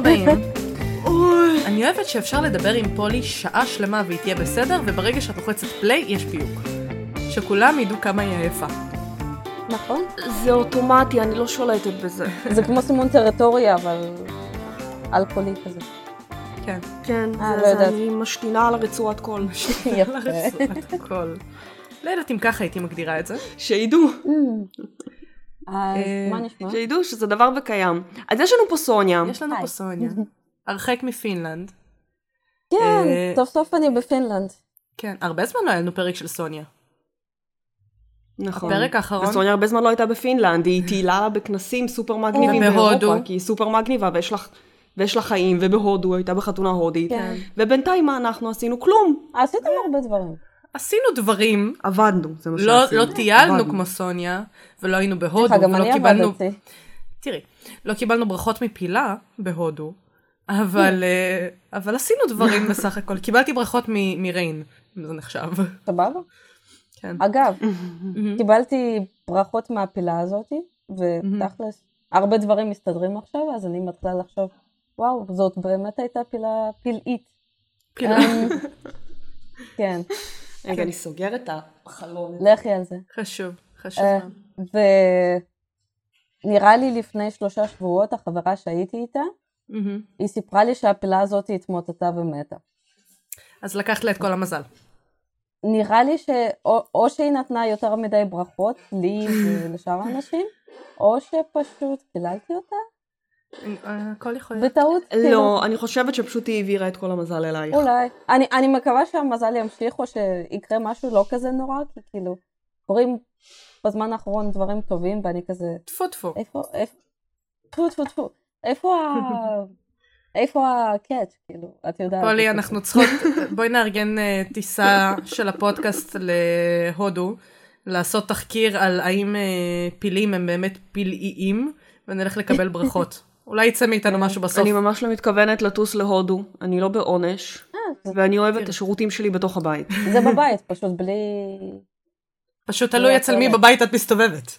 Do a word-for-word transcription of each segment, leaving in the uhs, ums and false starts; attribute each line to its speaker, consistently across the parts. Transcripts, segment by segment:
Speaker 1: הבאים. אני אוהבת שאפשר לדבר עם פולי שעה שלמה והיא תהיה בסדר, וברגע שאת לוחצת פליי יש פיוק. שכולם ידעו כמה היא עייפה.
Speaker 2: נכון?
Speaker 3: זה אוטומטי, אני לא שולטת בזה.
Speaker 2: זה כמו סימון טריטוריה, אבל אלכוהולי כזה.
Speaker 1: כן.
Speaker 3: כן,
Speaker 2: אה,
Speaker 3: זה,
Speaker 2: לא
Speaker 3: זה
Speaker 2: יודעת.
Speaker 3: אני משתינה על הרצועת קול.
Speaker 2: יפה.
Speaker 1: לרצועת הכל. לא יודעת אם ככה הייתי מגדירה את זה.
Speaker 3: שידעו,
Speaker 2: אז
Speaker 1: אה,
Speaker 2: מה נשמע?
Speaker 3: שידעו שזה דבר וקיים. אז יש לנו פה סוניה.
Speaker 1: יש לנו פה סוניה. הרחק מפינלנד.
Speaker 2: כן,
Speaker 1: אה,
Speaker 2: סוף סוף אני בפינלנד.
Speaker 1: כן, הרבה זמן לא היה לנו פרק של סוניה.
Speaker 3: נכון.
Speaker 1: הפרק האחרון.
Speaker 3: וסוניה הרבה זמן לא הייתה בפינלנד, היא טיילה לה בכנסים סופר מגניבים
Speaker 1: ובהודו.
Speaker 3: באירופה, כי היא סופר מגניבה ויש לך... ויש לה חיים, ובהודו הייתה בחתונה הודית.
Speaker 2: כן.
Speaker 3: ובינתיים מה אנחנו עשינו? כלום.
Speaker 2: עשיתם הרבה דברים.
Speaker 1: עשינו דברים,
Speaker 3: עבדנו, זה מה
Speaker 1: לא,
Speaker 3: שעשינו.
Speaker 1: לא טיילנו
Speaker 3: עבדנו.
Speaker 1: כמו סוניה, ולא היינו בהודו,
Speaker 2: גם
Speaker 1: ולא
Speaker 2: אני
Speaker 1: קיבלנו...
Speaker 2: עבדתי.
Speaker 1: תראי, לא קיבלנו ברכות מפילה בהודו, אבל, אה, אבל עשינו דברים בסך הכל. קיבלתי ברכות מ- מריין, אם זה נחשב.
Speaker 2: סבבה?
Speaker 1: כן.
Speaker 2: אגב, קיבלתי ברכות מהפילה הזאת, ותכלס, הרבה דברים מסתדרים עכשיו, אז אני מתחילה לחשוב, וואו, זאת באמת הייתה פילה פלאית.
Speaker 1: פילה.
Speaker 2: אמ, כן,
Speaker 3: רגע, אני סוגרת את החלון.
Speaker 2: לכי על זה.
Speaker 1: חשוב, חשוב.
Speaker 2: אה,
Speaker 1: מאוד.
Speaker 2: ונראה לי לפני שלושה שבועות, החברה שהייתי איתה,
Speaker 1: מהמם.
Speaker 2: היא סיפרה לי שהפילה הזאת התמוטטה ומתה.
Speaker 1: אז לקחת לה את כל המזל.
Speaker 2: נראה לי שאו או שהיא נתנה יותר מדי ברכות לי ולשאר האנשים, או שפשוט קיללתי אותה
Speaker 1: אה, הכל יכול להיות.
Speaker 2: בטעות. כאילו,
Speaker 3: לא, אני חושבת שפשוט היא העבירה את כל המזל אלייך.
Speaker 2: אולי. אני, אני מקווה שהמזל ימשיך או שיקרה משהו לא כזה נורא, כי כאילו קורים בזמן האחרון דברים טובים ואני כזה,
Speaker 1: טפו טפו.
Speaker 2: איפה, איפה, טפו טפו טפו, איפה ה... איפה הקאץ', כאילו, את יודעת.
Speaker 1: פולי, אנחנו צריכות, בואי נארגן אה, טיסה של הפודקאסט להודו, לעשות תחקיר על האם אה, פילים הם באמת פלאיים, ונלך לקבל ברכות. אולי יצא מאיתנו משהו בסוף.
Speaker 3: אני ממש לא מתכוונת לטוס להודו, אני לא בעונש, ואני אוהבת את השירותים שלי בתוך הבית.
Speaker 2: זה בבית, פשוט בלי...
Speaker 1: פשוט תלוי אצל מי בבית את מסתובבת.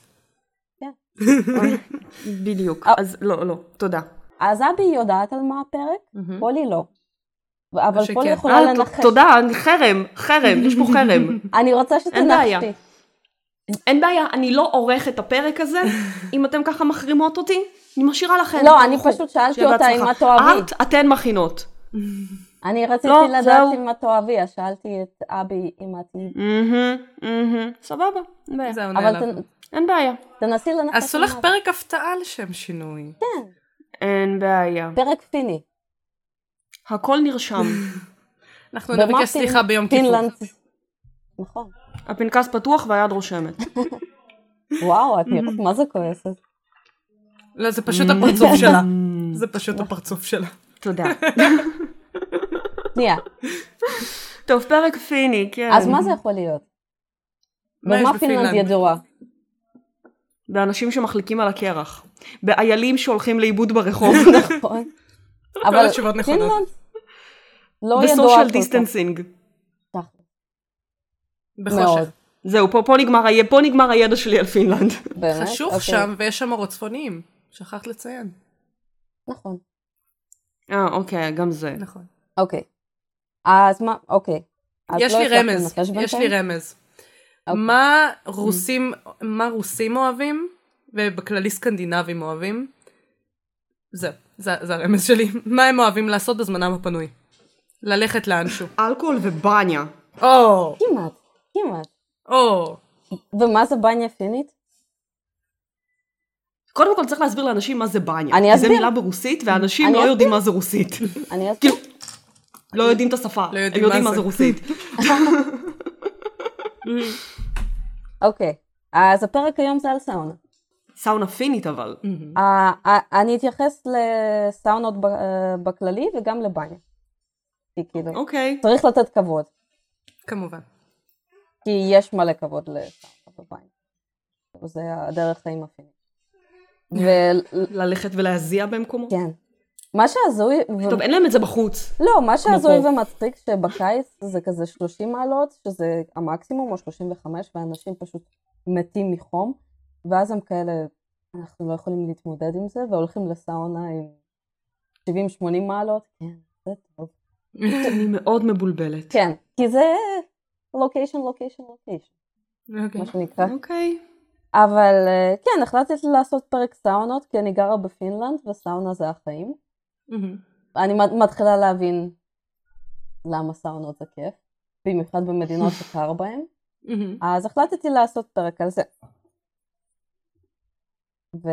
Speaker 3: בדיוק,
Speaker 2: אה.
Speaker 3: אז לא, לא, תודה.
Speaker 2: אז אבי יודעת על מה הפרק, פולי לא. אבל
Speaker 1: שכן.
Speaker 2: פולי יכולה
Speaker 3: אה, ת-
Speaker 2: לנחש.
Speaker 3: תודה, אני- חרם, חרם, יש פה חרם.
Speaker 2: אני רוצה
Speaker 3: אין בעיה.
Speaker 2: שתנחשי.
Speaker 3: אין בעיה, אני לא עורך את הפרק הזה, אם אתם ככה מחרימות אותי, אני משאירה לכם.
Speaker 2: לא, אני
Speaker 3: תערכו.
Speaker 2: פשוט שאלתי
Speaker 3: שיהיה
Speaker 2: אותה אם
Speaker 3: בהצלחה.
Speaker 2: את תאהבי.
Speaker 3: את, אתן מכינות.
Speaker 2: אני רציתי
Speaker 3: לא,
Speaker 2: לדעת
Speaker 3: זהו.
Speaker 2: אם את תאהבי, אז שאלתי את אבי אם את...
Speaker 3: מהמם, מהמם, סבבה, אין בעיה.
Speaker 1: זהו,
Speaker 2: אבל
Speaker 1: נעלב.
Speaker 2: תנ-
Speaker 3: אין בעיה.
Speaker 2: תנסי לנחש.
Speaker 1: עשו
Speaker 2: על
Speaker 1: לך
Speaker 2: מה.
Speaker 1: פרק הפתעה לשם שינוי.
Speaker 3: אין בעיה.
Speaker 2: פרק פיני.
Speaker 3: הכל נרשם.
Speaker 1: אנחנו
Speaker 2: במה
Speaker 1: נבקש
Speaker 2: פין-
Speaker 1: סליחה ביום כיפור.
Speaker 2: פינלנד. נכון.
Speaker 3: הפנקס פתוח והיד רושמת.
Speaker 2: וואו, את נראית מה זה כועסת.
Speaker 1: לא, זה פשוט הפרצוף שלה. זה פשוט הפרצוף שלה.
Speaker 3: תודה.
Speaker 2: שנייה,
Speaker 3: טוב, פרק פיני, כן.
Speaker 2: אז מה זה יכול להיות?
Speaker 1: מה יש
Speaker 2: במה פינלנד
Speaker 1: בפינלנד?
Speaker 2: ידועה?
Speaker 3: באנשים שמחליקים על הקרח. באיילים שהולכים לאיבוד ברחוב.
Speaker 2: נכון. אבל
Speaker 1: התשובות נכונות.
Speaker 2: פינלנד לא ידועה
Speaker 3: בסושיאל
Speaker 2: כל
Speaker 3: דיסטנסינג.
Speaker 2: כך.
Speaker 1: בחושך.
Speaker 2: מאוד.
Speaker 3: זהו, פה, פה, נגמר, ה- פה נגמר הידע שלי על פינלנד.
Speaker 2: באמת?
Speaker 1: חשוך
Speaker 2: אוקיי.
Speaker 1: שם, ויש שם אורות צפוניים. שכחת לציין.
Speaker 2: נכון.
Speaker 3: אה, אוקיי, גם זה.
Speaker 1: נכון.
Speaker 2: אוקיי. אז מה, אוקיי. אז
Speaker 1: יש
Speaker 2: לא
Speaker 1: לי
Speaker 2: הצלחתי
Speaker 1: רמז.
Speaker 2: לנחש
Speaker 1: יש
Speaker 2: בינתיים?
Speaker 1: לי רמז.
Speaker 2: אוקיי.
Speaker 1: מה רוסים, מה רוסים אוהבים, ובכללי סקנדינבים אוהבים? זהו, זה, זה הרמז שלי. מה הם אוהבים לעשות בזמנם הפנוי? ללכת לאנשהו.
Speaker 3: אלכוהול ובניה.
Speaker 1: או,
Speaker 2: כמעט, כמעט.
Speaker 1: או.
Speaker 2: ומה זה בניה פינית?
Speaker 3: קודם כל צריך להסביר לאנשים מה זה בניה.
Speaker 2: אני
Speaker 3: כי זה
Speaker 2: אסביר.
Speaker 3: מילה ברוסית, ואנשים
Speaker 2: אני
Speaker 3: לא
Speaker 2: אסביר.
Speaker 3: יודעים מה זה רוסית.
Speaker 2: אני אסביר.
Speaker 3: לא יודעים את השפה.
Speaker 1: לא
Speaker 3: הם
Speaker 1: יודעים
Speaker 3: יודעים
Speaker 1: מה
Speaker 3: מה
Speaker 1: זה.
Speaker 3: זה רוסית.
Speaker 2: אוקיי. אז הפרק היום זה על סאונה.
Speaker 3: סאונה פינית אבל.
Speaker 2: אה, אה, אני אתייחס לסאונות ב- אה, בכללי וגם לבניה. כי כאילו,
Speaker 3: אוקיי.
Speaker 2: צריך לתת כבוד.
Speaker 1: כמובן.
Speaker 2: כי יש מלא כבוד לסאונה בבניה. זה הדרך חיים הפינית.
Speaker 3: ללכת ולהזיע במקומות.
Speaker 2: וכן. מה שהזוי... ו-
Speaker 3: טוב, אין להם את זה בחוץ.
Speaker 2: לא, מה שהזוי
Speaker 3: פה.
Speaker 2: ומצחיק שבקיץ זה כזה שלושים מעלות, שזה המקסימום, או שלושים וחמש, ואנשים פשוט מתים מחום, ואז הם כאלה, אנחנו לא יכולים להתמודד עם זה, והולכים לסאונה עם שבעים שמונים מעלות, כן, זה טוב.
Speaker 3: אני מאוד מבולבלת.
Speaker 2: כן, כי זה לוקיישן, לוקיישן, לוקיישן, מה שנקרא.
Speaker 3: אוקיי.
Speaker 2: אבל כן, החלטתי לעשות פרק סאונות, כי אני גרה בפינלנד, וסאונה זה החיים. אני מתחילה להבין למה סאונות זה כיף, במיוחד במדינות שקר בהן. אז החלטתי לעשות פרק על זה. ו...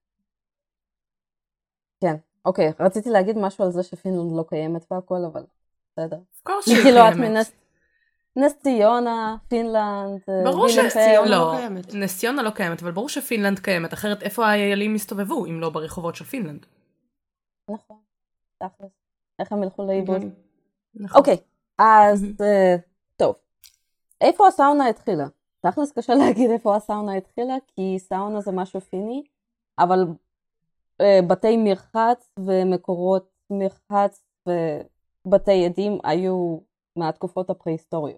Speaker 2: כן, אוקיי, רציתי להגיד משהו על זה שפינלנד לא קיימת והכל, אבל בסדר.
Speaker 1: שהיא קיימת.
Speaker 2: נס ציונה, פינלנד,
Speaker 1: ברור שציונה לא קיימת. נס ציונה לא קיימת, אבל ברור שפינלנד קיימת, אחרת איפה האיילים מסתובבו, אם לא ברחובות של פינלנד?
Speaker 2: נכון, תכלס. איך הם ילכו לאיבוד? אוקיי, אז טוב. איפה הסאונה התחילה? תכלס קשה להגיד איפה הסאונה התחילה, כי סאונה זה משהו פיני, אבל בתי מרחץ ומקורות מרחץ ובתי עדים היו מהתקופות הפרה-היסטוריות.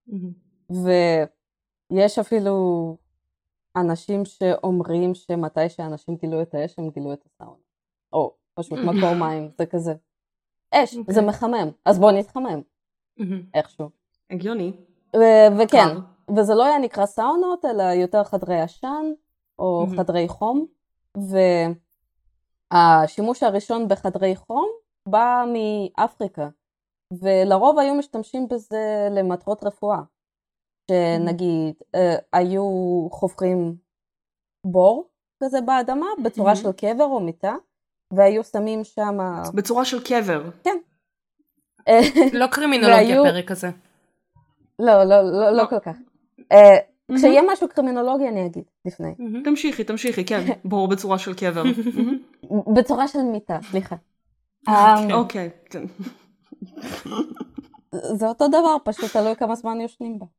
Speaker 2: ויש אפילו אנשים שאומרים שמתי שאנשים גילו את האש, הם גילו את הסאונה. או פשוט מקור מים, זה כזה. אש, זה מחמם, אז בואו נתחמם. איכשהו.
Speaker 3: הגיוני.
Speaker 2: וכן, וזה לא היה נקרא סאונות, אלא יותר חדרי עשן, או חדרי חום. והשימוש הראשון בחדרי חום בא מאפריקה. ולרוב היו משתמשים בזה למטרות רפואה. שנגיד, היו חופרים בור כזה באדמה, בצורה של קבר או מיטה, והיו שמים שם...
Speaker 3: בצורה של קבר.
Speaker 2: כן.
Speaker 1: לא קרימינולוגיה פרק הזה.
Speaker 2: לא, לא, לא כל כך. כשיהיה משהו קרימינולוגי אני אגיד לפני.
Speaker 3: תמשיכי, תמשיכי, כן. בור בצורה של קבר.
Speaker 2: בצורה של מיטה, סליחה.
Speaker 3: אוקיי, כן.
Speaker 2: זה אותו דבר, פשוט תלוי כמה זמן יושנים בה.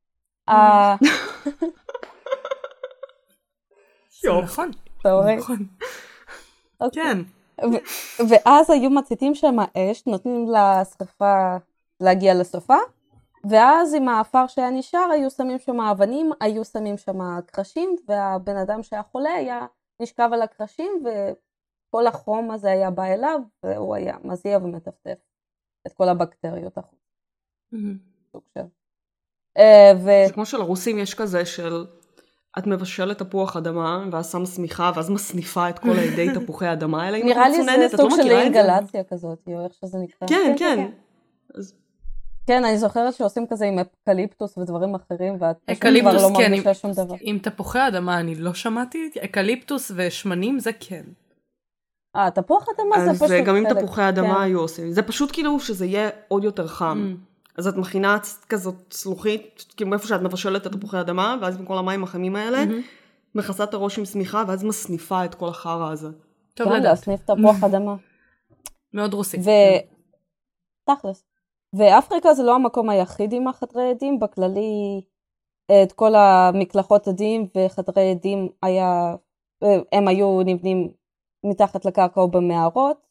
Speaker 1: נכון.
Speaker 2: נכון.
Speaker 1: כן.
Speaker 2: ואז היו מציתים שם אש, נותנים לשרפה להגיע לסופה, ואז עם האפר שהיה נשאר היו שמים שם אבנים, היו שמים שם קרשים, והבן אדם שהיה חולה היה נשכב על הקרשים, וכל החום הזה היה בא אליו, והוא היה מזיע ומטפטף את כל הבקטריות החום. סוג של.
Speaker 3: זה כמו שלרוסים יש כזה של, את מבשלת תפוח אדמה, ואז שם סמיכה, ואז מסניפה את כל הידי תפוחי אדמה האלה.
Speaker 2: נראה לי זה סוג של אינגלציה כזאת, או איך שזה נקרא.
Speaker 3: כן, כן.
Speaker 2: כן, אני זוכרת שעושים כזה עם אקליפטוס ודברים אחרים, ואת פשוט כבר לא מרגישה שום דבר.
Speaker 1: עם תפוחי אדמה אני לא שמעתי, אקליפטוס ושמנים זה כן.
Speaker 2: אה, תפוח אדמה זה פשוט...
Speaker 3: אז גם עם תפוחי אדמה היו עושים. זה פשוט כאילו שזה יהיה עוד יותר חם. אז את מכינה כזאת סלוחית, כאילו איפה שאת מבשלת את תפוחי אדמה, ואז עם כל המים החמים האלה, מכסה את הראש עם סמיכה, ואז מסניפה את כל החרא הזה.
Speaker 2: טוב לדעת. להסניף תפוח אדמה.
Speaker 1: מאוד רוסי.
Speaker 2: תכלס. ואפריקה זה לא המקום היחיד עם החדרי עדים, בכללי את כל המקלחות עדים וחדרי עדים היה, הם היו נבנים מתחת לקרקע או במערות,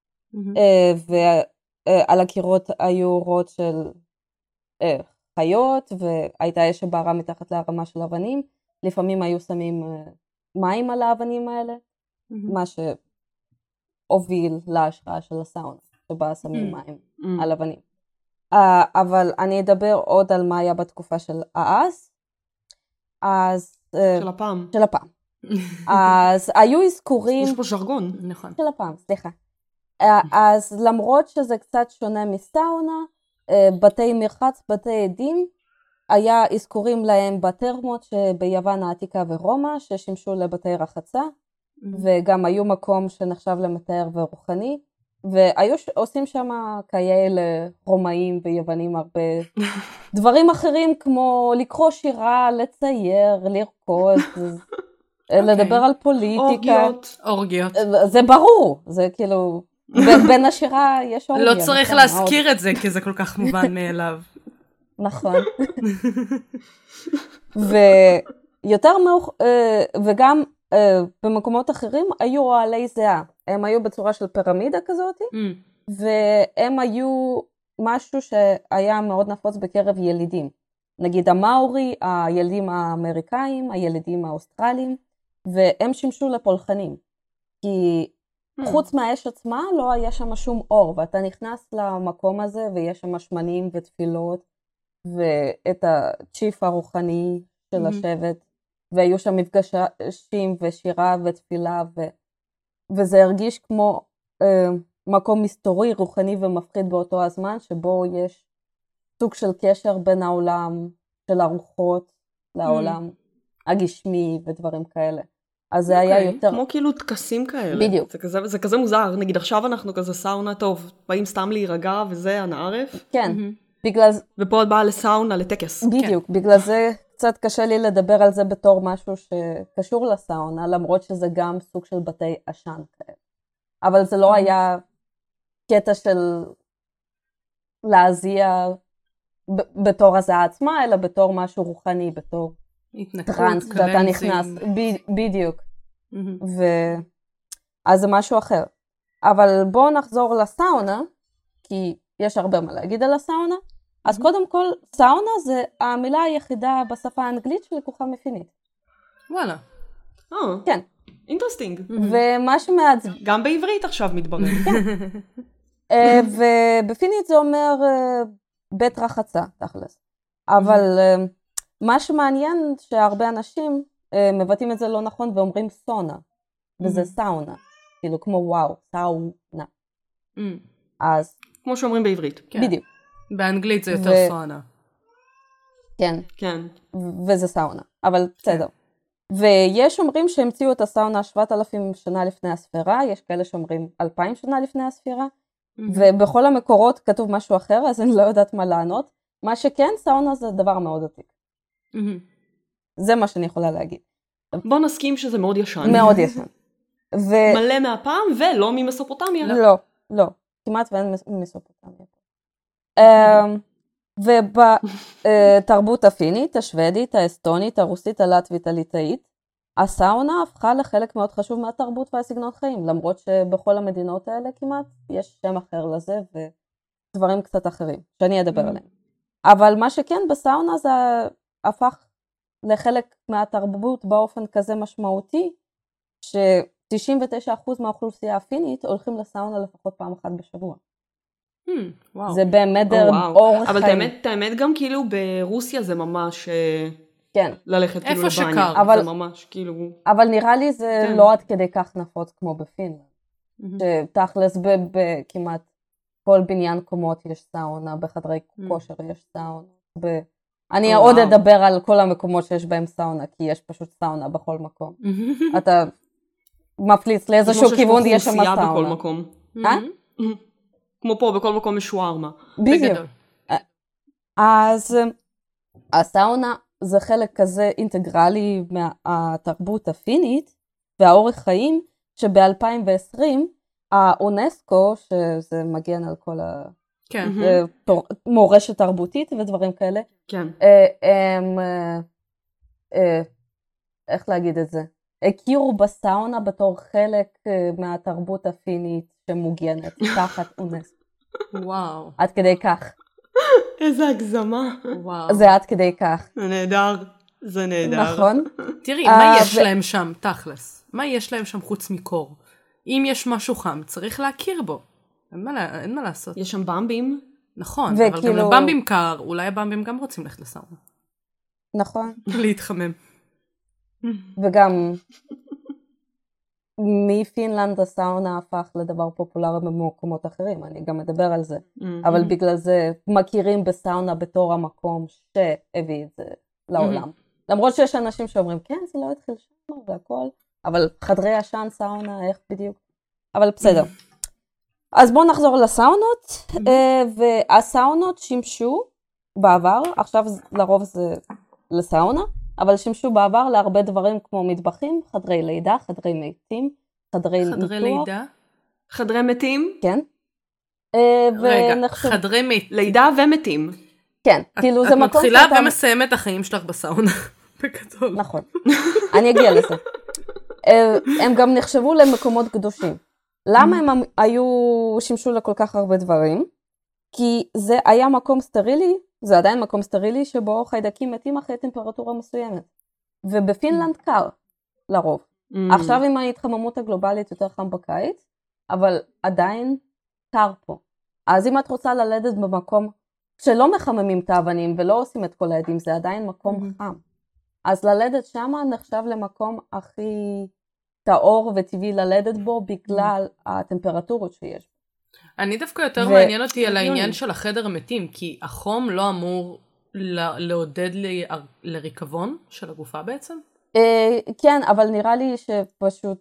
Speaker 2: ועל הקירות היו אורות של חיות, והייתה אש שבערה מתחת להרמה של אבנים, לפעמים היו שמים מים על האבנים האלה, מה שהוביל להשראה של הסאונה, שבה שמים מים על אבנים. Uh, אבל אני אדבר עוד על מה היה בתקופה של אז. אז... Uh,
Speaker 3: של הפעם.
Speaker 2: של הפעם. אז היו אזכורים...
Speaker 3: יש פה ז'רגון.
Speaker 1: נכון.
Speaker 2: של הפעם, סליחה. Uh, אז למרות שזה קצת שונה מסאונה, uh, בתי מרחץ, בתי עדים, היה אזכורים להם בטרמות שביוון העתיקה ורומא, ששימשו לבתי רחצה, mm-hmm. וגם היו מקום שנחשב למתאר ורוחני, והיו עושים שם כאלה רומאים ויוונים הרבה דברים אחרים כמו לקרוא שירה, לצייר, לרקוד, לדבר על פוליטיקה.
Speaker 3: אורגיות.
Speaker 1: אורגיות.
Speaker 2: זה ברור, זה כאילו, בין השירה יש אורגיה.
Speaker 1: לא צריך להזכיר את זה כי זה כל כך מובן מאליו.
Speaker 2: נכון. ויותר מאוח... וגם במקומות אחרים היו אוהלי זהה. הם היו בצורה של פירמידה כזאת, mm. והם היו משהו שהיה מאוד נפוץ בקרב ילידים. נגיד המאורי, הילדים האמריקאים, הילדים האוסטרליים, והם שימשו לפולחנים. כי חוץ מהאש עצמה לא היה שם שום אור, ואתה נכנס למקום הזה ויש שם שמנים ותפילות, ואת הצ'יף הרוחני של השבט, והיו שם מפגשים ושירה ותפילה, ו... וזה הרגיש כמו אה, מקום מסתורי, רוחני ומפחיד באותו הזמן, שבו יש סוג של קשר בין העולם של הרוחות לעולם הגשמי ודברים כאלה. אז זה היה יותר...
Speaker 3: כמו כאילו טקסים כאלה.
Speaker 2: בדיוק.
Speaker 3: זה כזה, זה כזה מוזר. נגיד עכשיו אנחנו כזה סאונה טוב, באים סתם להירגע וזה, הנערף.
Speaker 2: כן, בגלל...
Speaker 3: ופה את באה לסאונה, לטקס.
Speaker 2: בדיוק, בגלל זה קצת קשה לי לדבר על זה בתור משהו שקשור לסאונה, למרות שזה גם סוג של בתי עשן כאלה. אבל זה לא היה קטע של להזיע בתור הזעה עצמה, אלא בתור משהו רוחני, בתור טרנס, ואתה נכנס, בדיוק. אז זה משהו אחר. אבל בואו נחזור לסאונה, כי יש הרבה מה להגיד על הסאונה. אז קודם כל, סאונה זה המילה היחידה בשפה האנגלית שלקוחה מפינית.
Speaker 1: וואלה.
Speaker 2: כן.
Speaker 3: אינטרסטינג.
Speaker 2: ומה שמעצבן...
Speaker 3: גם בעברית עכשיו מתברר.
Speaker 2: ובפינית זה אומר בית רחצה, תכלס. אבל מה שמעניין שהרבה אנשים מבטאים את זה לא נכון ואומרים סונה, וזה סאונה. כאילו כמו וואו, סאונה. אז...
Speaker 3: כמו שאומרים בעברית.
Speaker 2: בדיוק.
Speaker 1: באנגלית זה יותר סאונה.
Speaker 2: כן.
Speaker 3: כן.
Speaker 2: וזה סאונה, אבל בסדר. ויש אומרים שהמציאו את הסאונה שבעת אלפים שנה לפני הספירה, יש כאלה שאומרים אלפיים שנה לפני הספירה, ובכל המקורות כתוב משהו אחר, אז אני לא יודעת מה לענות. מה שכן, סאונה זה דבר מאוד עתיק. זה מה שאני יכולה להגיד.
Speaker 3: בוא נסכים שזה מאוד ישן.
Speaker 2: מאוד ישן.
Speaker 3: מלא מהפעם ולא ממסופוטמיה.
Speaker 2: לא, לא. כמעט ואין ממסופוטמיה. ובתרבות הפינית, השוודית, האסטונית, הרוסית, הלטבית, הליטאית, הסאונה הפכה לחלק מאוד חשוב מהתרבות והסגנון חיים, למרות שבכל המדינות האלה כמעט יש שם אחר לזה ודברים קצת אחרים, שאני אדבר עליהם. אבל מה שכן בסאונה זה הפך לחלק מהתרבות באופן כזה משמעותי, ש-תשעים ותשעה אחוז מהאוכלוסייה הפינית הולכים לסאונה לפחות פעם אחת בשבוע. זה באמת אורח חיים.
Speaker 3: אבל את האמת גם כאילו ברוסיה זה ממש ללכת כאילו לבניה.
Speaker 1: איפה
Speaker 3: שקר. ממש כאילו...
Speaker 2: אבל נראה לי זה לא עד כדי כך נפוץ כמו בפינלנד. שתכלס בכמעט כל בניין קומות יש סאונה, בחדרי כושר יש סאונה. אני עוד אדבר על כל המקומות שיש בהם סאונה, כי יש פשוט סאונה בכל מקום. אתה מפליץ לאיזשהו כיוון, יש שם סאונה.
Speaker 3: כמו שיש פה בכל מקום.
Speaker 2: אה?
Speaker 3: כמו פה, בכל מקום משוארמה.
Speaker 2: בדיוק. אז הסאונה זה חלק כזה אינטגרלי מהתרבות הפינית והאורח חיים, שב-אלפיים ועשרים האונסקו, שזה מגן על כל המורשת תרבותית ודברים כאלה, הם, איך להגיד את זה? הכירו בסאונה בתור חלק מהתרבות הפינית שמוגנת תחת אונסקו.
Speaker 1: וואו.
Speaker 2: עד כדי כך.
Speaker 3: איזה הגזמה.
Speaker 1: וואו.
Speaker 2: זה עד כדי כך.
Speaker 3: זה נהדר. זה נהדר.
Speaker 2: נכון.
Speaker 1: תראי, מה יש להם שם, תכלס? מה יש להם שם חוץ מקור? אם יש משהו חם, צריך להכיר בו. אין מה לעשות.
Speaker 3: יש שם במבים.
Speaker 1: נכון, אבל גם לבמבים קר, אולי הבמבים גם רוצים ללכת לסאונה.
Speaker 2: נכון.
Speaker 1: להתחמם.
Speaker 2: וגם מפינלנד הסאונה הפך לדבר פופולרי במקומות אחרים, אני גם מדבר על זה. אבל בגלל זה מכירים בסאונה בתור המקום שהביא את זה לעולם. למרות שיש אנשים שאומרים, כן, זה לא התחיל שם והכל, אבל חדרי עשן, סאונה, איך בדיוק? אבל בסדר. אז בואו נחזור לסאונות, והסאונות שימשו בעבר, עכשיו לרוב זה לסאונה, אבל שימשו בעבר להרבה דברים כמו מטבחים, חדרי לידה, חדרי מתים, חדרי ניתוח.
Speaker 1: חדרי לידה?
Speaker 3: חדרי מתים?
Speaker 2: כן.
Speaker 1: רגע, חדרי מתים.
Speaker 3: לידה ומתים.
Speaker 2: כן, כאילו זה מקום...
Speaker 1: את מתחילה ומסיימת החיים שלך בסאונה, בגדול.
Speaker 2: נכון, אני אגיע לזה. הם גם נחשבו למקומות קדושים. למה הם היו, שימשו לכל כך הרבה דברים? כי זה היה מקום סטרילי, זה עדיין מקום סטרילי שבו חיידקים מתים אחרי טמפרטורה מסוימת. ובפינלנד קר, לרוב. עכשיו עם ההתחממות הגלובלית יותר חם בקיץ, אבל עדיין קר פה. אז אם את רוצה ללדת במקום שלא מחממים את האבנים ולא עושים את כל העדים, זה עדיין מקום חם. אז ללדת שם נחשב למקום הכי טהור וטבעי ללדת בו בגלל הטמפרטורות שיש.
Speaker 1: אני דווקא יותר מעניין אותי על העניין של החדר המתים, כי החום לא אמור לעודד לריקבון של הגופה בעצם?
Speaker 2: כן, אבל נראה לי שפשוט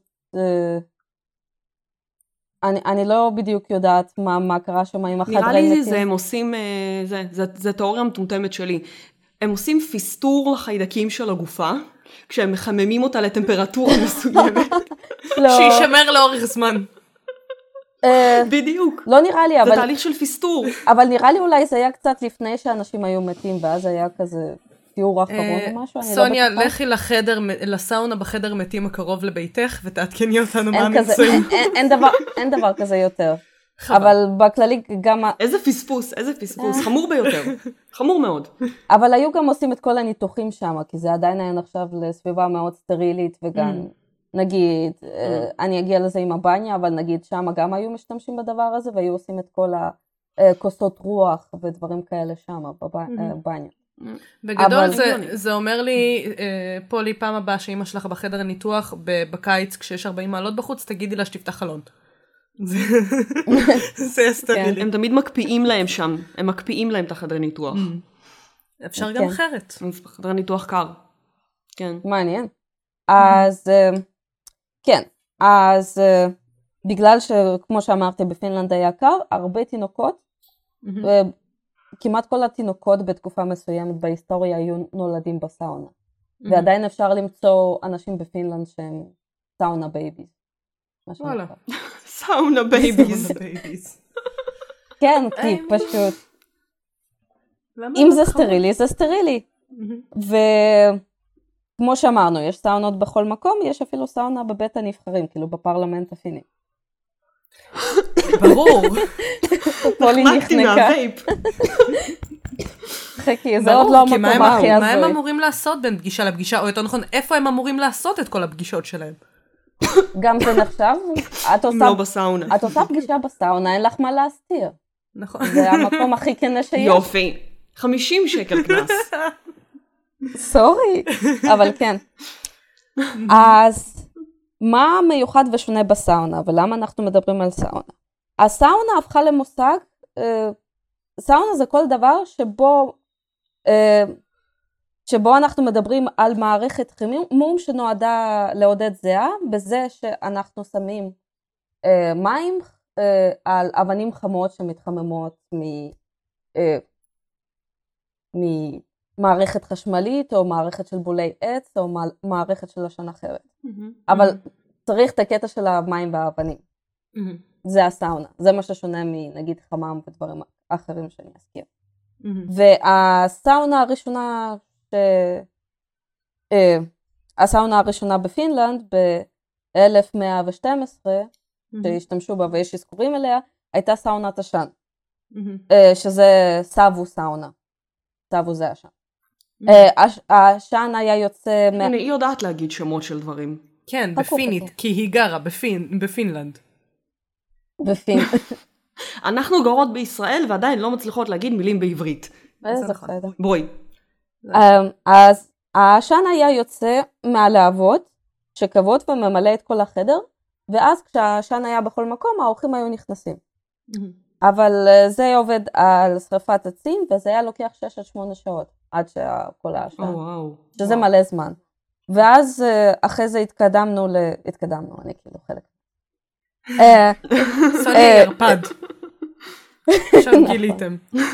Speaker 2: אני, אני לא בדיוק יודעת מה, מה קרה שם עם החדרי מתים.
Speaker 3: נראה לי זה, הם עושים, זה, זה, זה תיאוריה מטומטמת שלי. הם עושים פיסטור לחיידקים של הגופה, כשהם מחממים אותה לטמפרטורה מסוימת.
Speaker 1: שישמר לאורך זמן.
Speaker 3: בדיוק.
Speaker 2: לא נראה לי, אבל...
Speaker 3: זה תהליך של פיסטור.
Speaker 2: אבל נראה לי אולי זה היה קצת לפני שאנשים היו מתים, ואז היה כזה תיאור אחרון או משהו.
Speaker 1: סוניה, לכי לחדר, לסאונה בחדר מתים הקרוב לביתך, ותעדכני אותנו מה הממצאים.
Speaker 2: אין דבר כזה יותר. אבל בכללי גם...
Speaker 3: איזה פספוס, איזה פספוס, חמור ביותר. חמור מאוד.
Speaker 2: אבל היו גם עושים את כל הניתוחים שם, כי זה עדיין היה נחשב לסביבה מאוד סטרילית, וגם... נגיד, אני אגיע לזה עם הבניה, אבל נגיד שם גם היו משתמשים בדבר הזה, והיו עושים את כל הכוסות רוח ודברים כאלה שם בבניה.
Speaker 1: בגדול זה אומר לי, פולי, פעם הבאה שאמא שלך בחדר הניתוח בקיץ, כשיש ארבעים מעלות בחוץ, תגידי לה שתפתח חלון. זה סטרילי.
Speaker 3: הם תמיד מקפיאים להם שם, הם מקפיאים להם את החדר ניתוח.
Speaker 1: אפשר גם אחרת.
Speaker 3: חדר ניתוח קר. כן.
Speaker 2: מעניין. אז כן, אז בגלל שכמו שאמרתי בפינלנד היה קר, הרבה תינוקות, כמעט כל התינוקות בתקופה מסוימת בהיסטוריה היו נולדים בסאונה. ועדיין אפשר למצוא אנשים בפינלנד שהם סאונה בייביז.
Speaker 3: וואלה, סאונה בייביז.
Speaker 2: כן, כי פשוט, אם זה סטרילי, זה סטרילי. ו... כמו שאמרנו, יש סאונות בכל מקום, יש אפילו סאונה בבית הנבחרים, כאילו בפרלמנט הפיני.
Speaker 1: ברור.
Speaker 2: פולי נחנקה. חכי, זה עוד לא המקום הכי הזוי.
Speaker 1: מה הם אמורים לעשות בין פגישה לפגישה, או יותר נכון, איפה הם אמורים לעשות את כל הפגישות שלהם?
Speaker 2: גם זה נחשב.
Speaker 3: לא בסאונה.
Speaker 2: את עושה פגישה בסאונה, אין לך מה להסתיר.
Speaker 1: נכון.
Speaker 2: זה המקום הכי כנה שיש.
Speaker 3: יופי. חמישים שקל קנס.
Speaker 2: סורי, אבל כן. אז מה מיוחד ושונה בסאונה, ולמה אנחנו מדברים על סאונה? הסאונה הפכה למושג, סאונה זה כל דבר שבו, שבו אנחנו מדברים על מערכת חימום שנועדה לעודד זיעה, בזה שאנחנו שמים מים על אבנים חמות שמתחממות מ... מ... מערכת חשמלית, או מערכת של בולי עץ, או מערכת של לשון אחרת. אבל צריך את הקטע של המים והאבנים. זה הסאונה. זה מה ששונה מנגיד חמם ודברים אחרים שאני אזכיר. והסאונה הראשונה, הסאונה הראשונה בפינלנד, ב-אלף מאה ושתים עשרה, שהשתמשו בה ויש אזכורים אליה, הייתה סאונת עשן. שזה סאבו סאונה. סאבו זה עשן. העשן היה יוצא...
Speaker 3: הנה, היא יודעת להגיד שמות של דברים.
Speaker 1: כן, בפינית, כי היא גרה בפינלנד.
Speaker 2: בפין.
Speaker 3: אנחנו גרות בישראל ועדיין לא מצליחות להגיד מילים בעברית.
Speaker 2: זה בסדר.
Speaker 3: בואי.
Speaker 2: אז העשן היה יוצא מהלהבות שקבות וממלא את כל החדר, ואז כשהעשן היה בכל מקום, האורחים היו נכנסים. אבל זה עובד על שרפת עצים, וזה היה לוקח שש עד שמונה שעות, עד שכל העשן, שזה מלא זמן. ואז אחרי זה התקדמנו, התקדמנו, אני כאילו חלק.
Speaker 1: סוני ירפד. עכשיו גיליתם.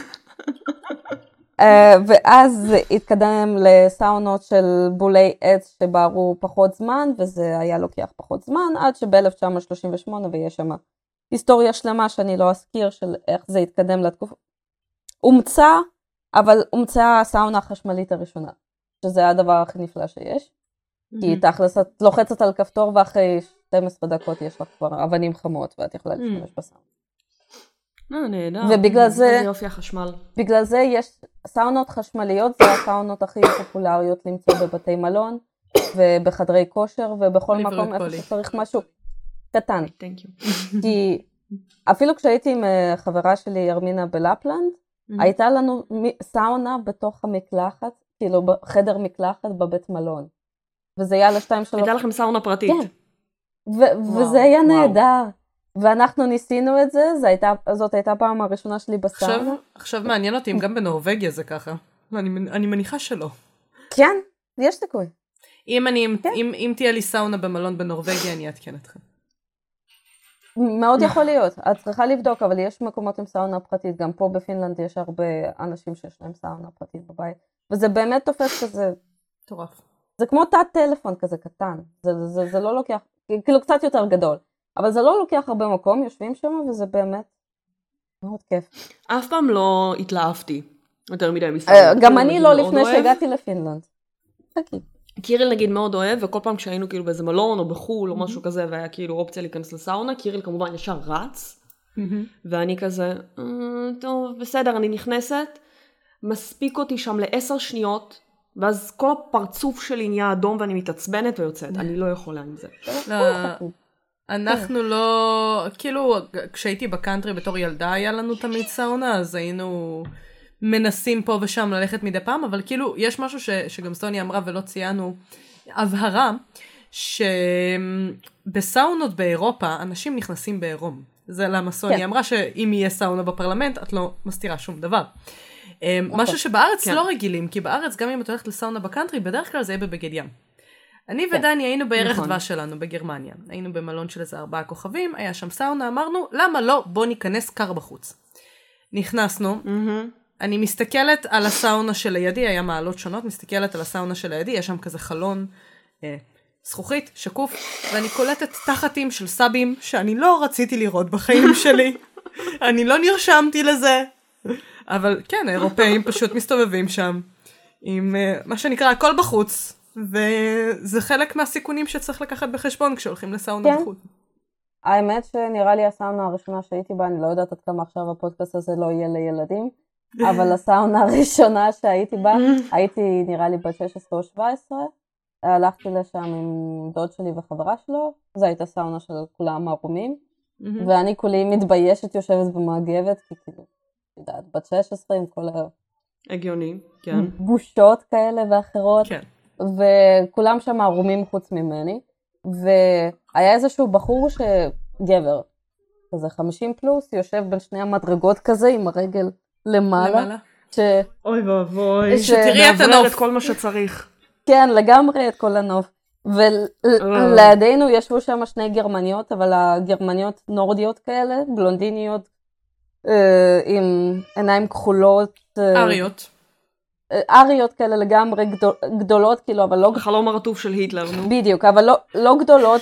Speaker 2: ואז התקדם לסאונות של בולי עץ שבערו פחות זמן, וזה היה לוקח פחות זמן, עד שב-אלף תשע מאות שלושים ושמונה, ויש שם היסטוריה שלמה שאני לא אזכיר של איך זה התקדם לתקופה. הומצא, אבל הומצא הסאונה החשמלית הראשונה, שזה הדבר הכי נפלא שיש. כי תכלס את לוחצת על כפתור ואחרי שתים עשרה דקות יש לך כבר אבנים חמות ואת יכולה להשתמש בסאונה.
Speaker 3: לא, נהדר.
Speaker 2: ובגלל זה,
Speaker 3: איזה יופי החשמל.
Speaker 2: בגלל זה יש סאונות חשמליות, זה הסאונות הכי פופולריות למצוא בבתי מלון ובחדרי כושר ובכל מקום איפה שצריך משהו. קטן.
Speaker 3: Thank you.
Speaker 2: כי אפילו כשהייתי עם חברה שלי ירמינה בלפלנד, הייתה לנו סאונה בתוך המקלחת, כאילו בחדר מקלחת בבית מלון. וזה היה לשתיים שלוש...
Speaker 3: הייתה לכם סאונה פרטית.
Speaker 2: כן. וזה היה נהדר. ואנחנו ניסינו את זה, זאת הייתה פעם הראשונה שלי בסאונה.
Speaker 1: עכשיו מעניין אותי אם גם בנורווגיה זה ככה. אני מניחה שלא.
Speaker 2: כן, יש סיכוי.
Speaker 1: אם תהיה לי סאונה במלון בנורווגיה, אני אעדכן אתכם.
Speaker 2: מאוד יכול להיות, את צריכה לבדוק, אבל יש מקומות עם סאונה פרטית, גם פה בפינלנד יש הרבה אנשים שיש להם סאונה פרטית בבית, וזה באמת תופס כזה,
Speaker 1: טורף.
Speaker 2: זה כמו תת טלפון כזה קטן, זה, זה, זה לא לוקח, כאילו קצת יותר גדול, אבל זה לא לוקח הרבה מקום, יושבים שם, וזה באמת מאוד כיף.
Speaker 3: אף פעם לא התלהבתי יותר מדי מסאונה.
Speaker 2: גם אני לא לפני שהגעתי לפינלנד. חכי.
Speaker 3: קיריל נגיד מאוד אוהב, וכל פעם כשהיינו כאילו באיזה מלון או בחול או משהו כזה, והיה כאילו אופציה להיכנס לסאונה, קיריל כמובן ישר רץ, ואני כזה, טוב, בסדר, אני נכנסת, מספיק אותי שם לעשר שניות, ואז כל הפרצוף שלי נהיה אדום ואני מתעצבנת ויוצאת, אני לא יכולה עם זה.
Speaker 1: אנחנו לא, כאילו, כשהייתי בקאנטרי בתור ילדה, היה לנו תמיד סאונה, אז היינו... מנסים פה ושם ללכת מדי פעם, אבל כאילו יש משהו ש, שגם סטוני אמרה ולא ציינו, הבהרה, שבסאונות באירופה אנשים נכנסים בעירום. זה למה סטוני כן. אמרה שאם יהיה סאונה בפרלמנט, את לא מסתירה שום דבר. משהו שבארץ כן. לא רגילים, כי בארץ גם אם את הולכת לסאונה בקאנטרי, בדרך כלל זה יהיה בבגד ים. אני כן. ודני היינו בערך נכון. דבש שלנו בגרמניה. היינו במלון של איזה ארבעה כוכבים, היה שם סאונה, אמרנו, למה לא? בוא ניכנס קר בחוץ. נכנסנו,
Speaker 3: mm-hmm.
Speaker 1: אני מסתכלת על הסאונה של הידי, היה מעלות שונות, מסתכלת על הסאונה של הידי, יש שם כזה חלון אה, זכוכית, שקוף, ואני קולטת תחתים של סאבים שאני לא רציתי לראות בחיים שלי. אני לא נרשמתי לזה. אבל כן, האירופאים פשוט מסתובבים שם, עם אה, מה שנקרא הכל בחוץ, וזה חלק מהסיכונים שצריך לקחת בחשבון כשהולכים לסאונה
Speaker 2: כן.
Speaker 1: בחוץ.
Speaker 2: האמת שנראה לי הסאונה הראשונה שהייתי בה, אני לא יודעת עד כמה עכשיו הפודקאסט הזה לא יהיה לילדים, אבל הסאונה הראשונה שהייתי בה, הייתי נראה לי בת שש עשרה או שבע עשרה, הלכתי לשם עם דוד שלי וחברה שלו, זו הייתה סאונה של כולם ערומים, ואני כולי מתביישת יושבת במאגבת, כי כאילו, יודעת, בת שש עשרה עם כל
Speaker 3: הגיוני, כן.
Speaker 2: בושות כאלה ואחרות,
Speaker 1: כן.
Speaker 2: וכולם שם ערומים חוץ ממני, והיה איזשהו בחור שגבר, כזה חמישים פלוס, יושב בין שני המדרגות כזה עם הרגל למעלה. ש...
Speaker 3: אוי ואבוי,
Speaker 2: ש...
Speaker 1: שתראי את הנוף.
Speaker 3: את כל מה שצריך.
Speaker 2: כן, לגמרי את כל הנוף. ולידינו ישבו שם שני גרמניות, אבל הגרמניות נורדיות כאלה, בלונדיניות, עם עיניים כחולות.
Speaker 1: אריות.
Speaker 2: אריות כאלה לגמרי גדול, גדולות, כאילו, אבל לא...
Speaker 3: החלום הרטוב של היטלר, נו.
Speaker 2: בדיוק, אבל לא, לא גדולות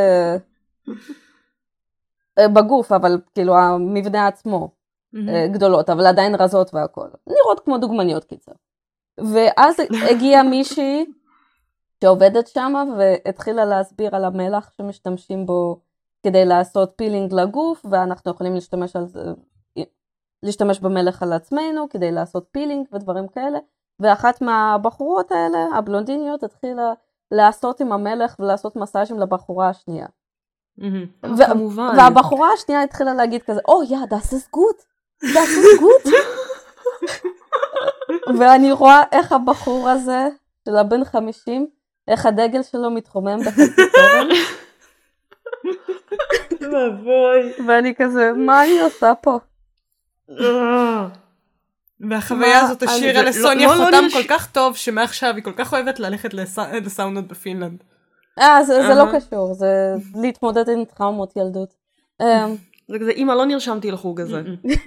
Speaker 2: בגוף, אבל כאילו המבנה עצמו גדולות, אבל עדיין רזות והכל. נראות כמו דוגמניות קיצר. ואז הגיעה מישהי שעובדת שם, והתחילה להסביר על המלח שמשתמשים בו כדי לעשות פילינג לגוף, ואנחנו יכולים להשתמש על זה, להשתמש במלח על עצמנו כדי לעשות פילינג ודברים כאלה. ואחת מהבחורות האלה, הבלונדיניות, התחילה לעשות עם המלח ולעשות מסאז'ים לבחורה השנייה.
Speaker 3: כמובן.
Speaker 2: והבחורה השנייה התחילה להגיד כזה, oh yeah, das ist gut, das ist gut. ואני רואה איך הבחור הזה, של הבן חמישים, איך הדגל שלו מתרומם בחצי תורן. ואני כזה, מה אני עושה פה?
Speaker 1: והחוויה הזאת השאירה לסוניה חותם כל כך טוב, שמעכשיו היא כל כך אוהבת ללכת לסאונות בפינלנד.
Speaker 2: אה, זה לא קשור, זה להתמודד עם טראומות ילדות.
Speaker 3: זה כזה, אמא, לא נרשמתי לחוג הזה.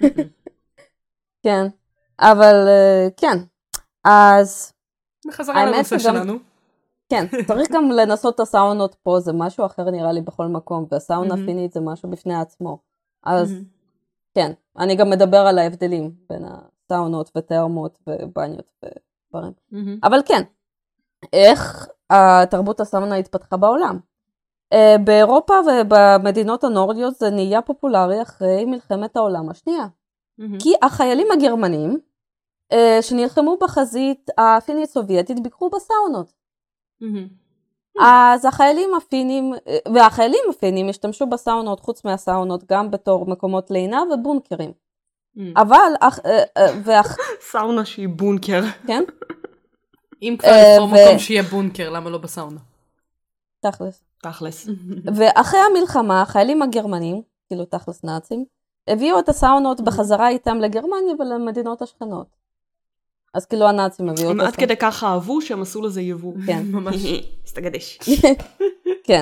Speaker 2: כן, אבל כן, אז...
Speaker 1: בחזרה לנושא שלנו.
Speaker 2: כן, צריך גם לנסות את הסאונות פה, זה משהו אחר נראה לי בכל מקום, והסאונה פינית זה משהו בפני עצמו. אז כן, אני גם מדבר על ההבדלים בין הסאונות וטרמות ובניות ודברים. אבל כן, איך התרבות הסאונה התפתחה בעולם? באירופה ובמדינות הנורדיות זה נהיה פופולרי אחרי מלחמת העולם השנייה. כי החיילים הגרמנים שנלחמו בחזית הפינית סובייטית ביקרו בסאונות. אז החיילים הפינים, והחיילים הפינים השתמשו בסאונות, חוץ מהסאונות, גם בתור מקומות לינה ובונקרים. אבל,
Speaker 3: סאונה שהיא בונקר.
Speaker 2: כן?
Speaker 1: אם כבר לבחור מקום שיהיה בונקר, למה לא בסאונה?
Speaker 2: תכלס.
Speaker 3: תכלס.
Speaker 2: ואחרי המלחמה, החיילים הגרמנים, כאילו תכלס נאצים, הביאו את הסאונות בחזרה איתם לגרמניה ולמדינות השכנות. אז כאילו הנאצים הביאו אותם.
Speaker 3: עד כדי כך אהבו שהם עשו לזה יבוא.
Speaker 2: כן.
Speaker 1: ממש.
Speaker 3: הסתגדש.
Speaker 2: כן.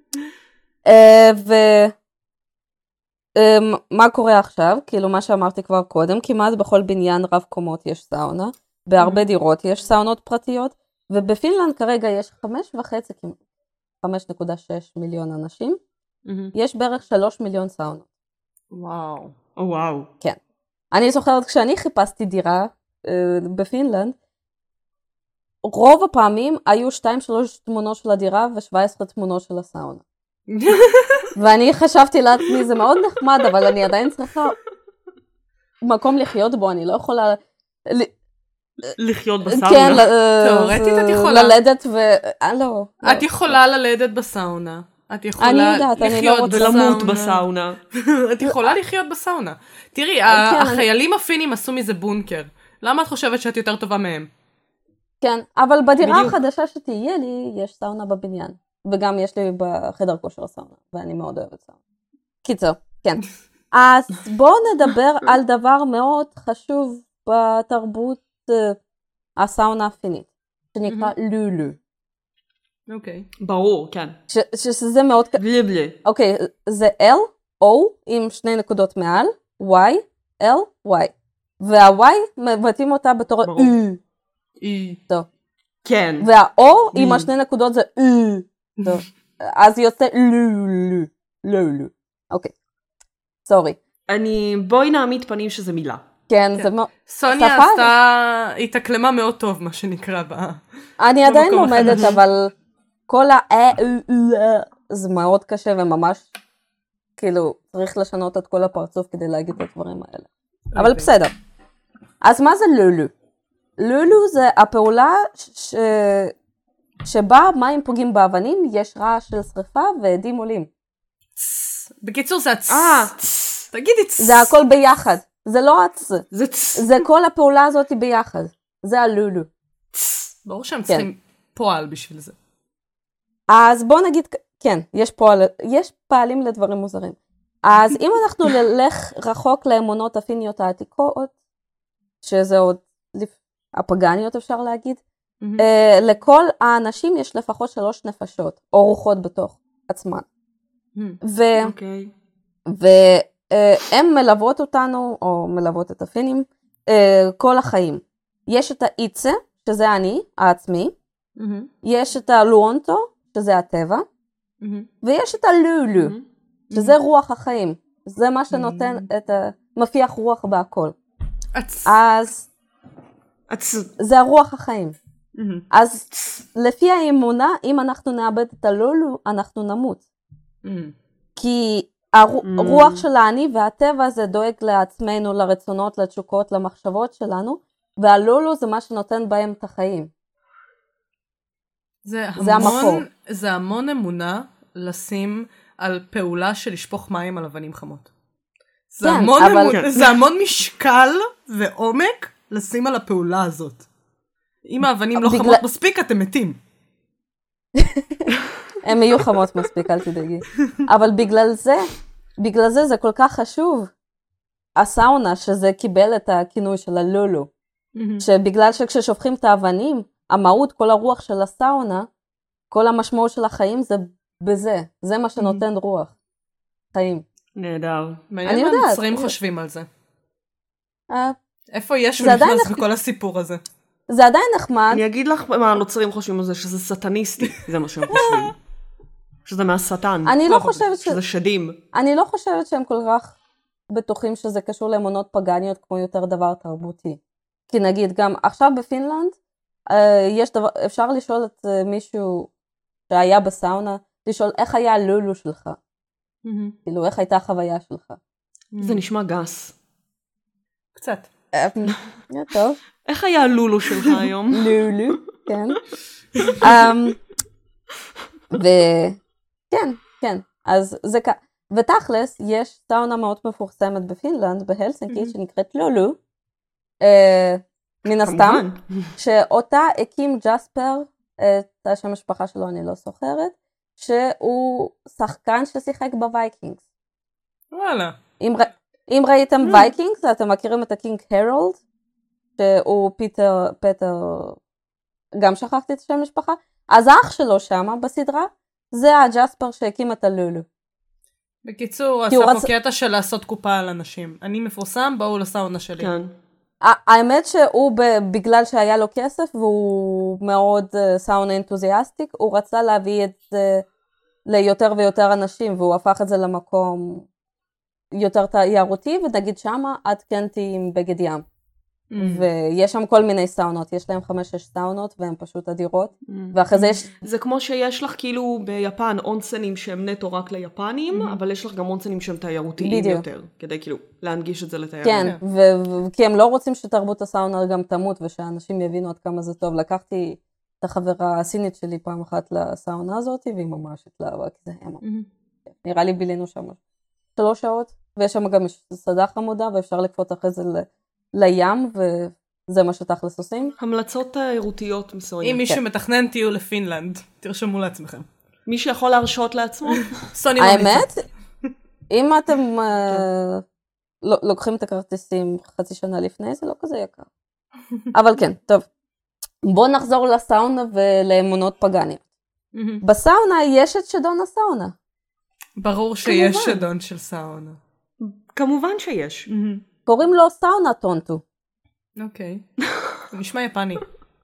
Speaker 2: ומה קורה עכשיו? כאילו מה שאמרתי כבר קודם, כמעט בכל בניין רב קומות יש סאונה, בהרבה דירות יש סאונות פרטיות, ובפינלנד כרגע יש חמש וחצי, חמש נקודה שש מיליון אנשים, יש בערך שלוש מיליון סאונות.
Speaker 1: וואו.
Speaker 3: וואו.
Speaker 2: כן. אני זוכרת כשאני חיפשתי דירה בפינלנד, רוב הפעמים היו שתיים שלוש תמונות של הדירה ושבע עשרה תמונות של הסאונה. ואני חשבתי לעצמי, זה מאוד נחמד, אבל אני עדיין צריכה מקום לחיות בו, אני לא יכולה
Speaker 3: לחיות בסאונה.
Speaker 2: כן,
Speaker 1: תיאורטית את יכולה.
Speaker 2: ללדת ו... לא.
Speaker 1: את יכולה ללדת בסאונה. את יכולה לחיות
Speaker 3: ולמות בסאונה.
Speaker 1: את יכולה לחיות בסאונה. תראי, החיילים הפינים עשו מזה בונקר. למה את חושבת שאת יותר טובה מהם?
Speaker 2: כן, אבל בדירה החדשה שתהיה לי, יש סאונה בבניין. וגם יש לי בחדר כושר סאונה, ואני מאוד אוהבת סאונה. קיצור, כן. אז בואו נדבר על דבר מאוד חשוב בתרבות הסאונה הפינית, שנקרא לולו.
Speaker 1: אוקיי.
Speaker 3: ברור, כן.
Speaker 2: שזה מאוד...
Speaker 3: בלי בלי.
Speaker 2: אוקיי, זה L, O, עם שני נקודות מעל, Y, L, Y. וה-Y מבטאים אותה בתור U.
Speaker 1: E.
Speaker 2: טוב.
Speaker 3: כן.
Speaker 2: וה-O עם השני נקודות זה U. טוב. אז יוצא לולו. לולו. אוקיי. סורי.
Speaker 3: אני... בואי נעמיד פנים שזה מילה.
Speaker 2: כן, זה מאוד...
Speaker 1: סוניה עשתה... היא תקלמה מאוד טוב, מה שנקרא בה.
Speaker 2: אני עדיין לומדת, אבל כל ה... זה מאוד קשה וממש... כאילו, צריך לשנות את כל הפרצוף כדי להגיד את הדברים האלה. אבל בסדר. אז מה זה לולו? לולו זה הפעולה ש... שבה מים פוגעים באבנים, יש רעש של שריפה ועדים עולים.
Speaker 1: בקיצור זה הצ... תגידי צ...
Speaker 2: זה הכל ביחד. זה לא הצ...
Speaker 3: זה צ...
Speaker 2: זה כל הפעולה הזאת ביחד. זה הלולו.
Speaker 1: ברור שהם צריכים פועל בשביל זה.
Speaker 2: אז בוא נגיד, כן, יש פועל, יש פעלים לדברים מוזרים. אז אם אנחנו נלך רחוק לאמונות הפיניות העתיקות, שזה עוד הפגניות אפשר להגיד, mm-hmm. uh, לכל האנשים יש לפחות שלוש נפשות, או רוחות בתוך עצמן. Mm-hmm. ו-
Speaker 3: okay.
Speaker 2: והן uh, מלוות אותנו, או מלוות את הפינים, uh, כל החיים. יש את האיצה, שזה אני, העצמי, mm-hmm. יש את הלואונטו, שזה הטבע, mm-hmm. ויש את הלולו, mm-hmm. שזה רוח החיים. זה מה שנותן mm-hmm. את ה... מפיח רוח בהכל.
Speaker 1: עצ...
Speaker 2: אז...
Speaker 3: עצ...
Speaker 2: זה הרוח החיים. Mm-hmm. אז לפי האמונה, אם אנחנו נאבד את הלולו, אנחנו נמות. Mm-hmm. כי הרוח mm-hmm. של האני והטבע זה דואג לעצמנו, לרצונות, לתשוקות, למחשבות שלנו, והלולו זה מה שנותן בהם את החיים.
Speaker 1: זה,
Speaker 2: זה
Speaker 1: המון,
Speaker 2: המקור.
Speaker 1: זה המון אמונה לשים על פעולה של לשפוך מים על אבנים חמות. זה,
Speaker 2: כן,
Speaker 1: המון,
Speaker 2: אבל...
Speaker 1: אמונה, זה המון משקל ועומק לשים על הפעולה הזאת. אם האבנים לא
Speaker 2: בגלל...
Speaker 1: חמות מספיק, אתם מתים.
Speaker 2: הם יהיו חמות מספיק, אל תדאגי. אבל בגלל זה, בגלל זה זה כל כך חשוב, הסאונה, שזה קיבל את הכינוי של הלולו, שבגלל שכששופכים את האבנים, המהות, כל הרוח של הסאונה, כל המשמעות של החיים זה בזה. זה מה שנותן רוח. חיים.
Speaker 3: נהדר.
Speaker 1: מעניין מה הנוצרים חושבים על זה. איפה יש ונכנס בכל הסיפור הזה?
Speaker 2: זה עדיין נחמד.
Speaker 3: אני אגיד לך מה הנוצרים חושבים על זה, שזה סטניסטי. זה מה שהם חושבים. שזה מהשטן.
Speaker 2: אני לא חושבת ש...
Speaker 3: שזה שדים.
Speaker 2: אני לא חושבת שהם כל כך בטוחים שזה קשור לאמונות פגניות כמו יותר דבר תרבותי. כי נגיד גם עכשיו בפינלנד, יש דבר, אפשר לשאול את מישהו שהיה בסאונה, לשאול איך היה הלולו שלך. כאילו, איך הייתה החוויה שלך.
Speaker 3: זה נשמע גס.
Speaker 1: קצת.
Speaker 2: טוב.
Speaker 3: איך היה הלולו שלך היום?
Speaker 2: לולו, כן. וכן, כן, אז זה כ... ותכלס, יש סאונה מאוד מפורסמת בפינלנד, בהלסינקי, שנקראת לולו, מן הסתם, שאותה הקים ג'ספר, את השם המשפחה שלו אני לא זוכרת, שהוא שחקן ששיחק בווייקינגס.
Speaker 1: וואלה.
Speaker 2: אם, אם ראיתם וייקינגס, אתם מכירים את הקינג הרולד, שהוא פיטר, פטר, גם שכחתי את השם המשפחה, אז האח שלו שמה בסדרה, זה הג'ספר שהקים את הלולו.
Speaker 1: בקיצור, עשה רצ... פה קטע של לעשות קופה על אנשים. אני מפורסם, בואו לסאונה שלי.
Speaker 3: כן.
Speaker 2: האמת שהוא בגלל שהיה לו כסף והוא מאוד סאונה אנתוזיאסטיק, הוא רצה להביא את זה ליותר ויותר אנשים והוא הפך את זה למקום יותר תיירותי, ונגיד שמה עד קנטי עם בגד ים. Mm. ויש שם כל מיני סאונות, יש להם חמש-שש סאונות והן פשוט אדירות. Mm. ואחרי זה יש...
Speaker 3: זה כמו שיש לך כאילו ביפן אונסנים שהם נטו רק ליפנים, mm. אבל יש לך גם אונסנים שהם תיירותיים בדיוק. יותר, כדי כאילו להנגיש את זה לתיירים.
Speaker 2: כן, ו- ו- כי הם לא רוצים שתרבות הסאונה גם תמות ושאנשים יבינו עד כמה זה טוב. לקחתי את החברה הסינית שלי פעם אחת לסאונה הזאת, והיא ממש התלהבה, כי זה היה ממש. Mm. נראה לי בילינו שם שלוש שעות, ויש שם גם סדה חמודה ואפשר לקפות אחרי זה ל... לים, וזה מה שתכלס עושים.
Speaker 3: המלצות תיירותיות מסוימת.
Speaker 1: אם מישהו מתכנן טיול לפינלנד, תרשמו לעצמכם.
Speaker 3: מי שיכול להרשות לעצמו?
Speaker 1: סוני ממליצה.
Speaker 2: האמת, אם אתם לוקחים את הכרטיסים חצי שנה לפני, זה לא כזה יקר. אבל כן, טוב. בואו נחזור לסאונה ולאמונות פגניות. בסאונה יש את שדון הסאונה.
Speaker 1: ברור שיש שדון של סאונה.
Speaker 3: כמובן שיש.
Speaker 2: קוראים לו סאונה טונטו.
Speaker 1: אוקיי. זה נשמע יפני.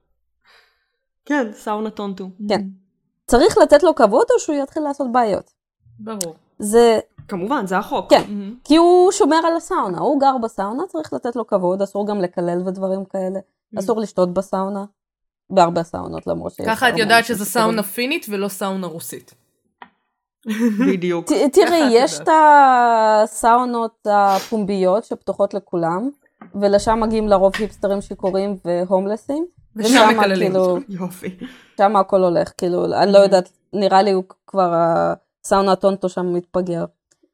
Speaker 3: כן, סאונה טונטו.
Speaker 2: כן. צריך לתת לו כבוד או שהוא יתחיל לעשות בעיות?
Speaker 1: ברור.
Speaker 2: זה...
Speaker 3: כמובן, זה החוק.
Speaker 2: כן, כי הוא שומר על הסאונה. הוא גר בסאונה, צריך לתת לו כבוד. אסור גם לקלל ודברים כאלה. אסור לשתות בסאונה. בהרבה סאונות, למרות שיש...
Speaker 1: ככה את יודעת שזה סאונה פינית ולא סאונה רוסית.
Speaker 3: בדיוק.
Speaker 2: תראי, יש את הסאונות הפומביות שפתוחות לכולם, ולשם מגיעים לרוב היפסטרים שיכורים והומלסים,
Speaker 1: ושם מקללים.
Speaker 3: יופי.
Speaker 2: שם הכל הולך, כאילו, אני לא יודעת, נראה לי כבר הסאונה הטונטו שם מתפגר.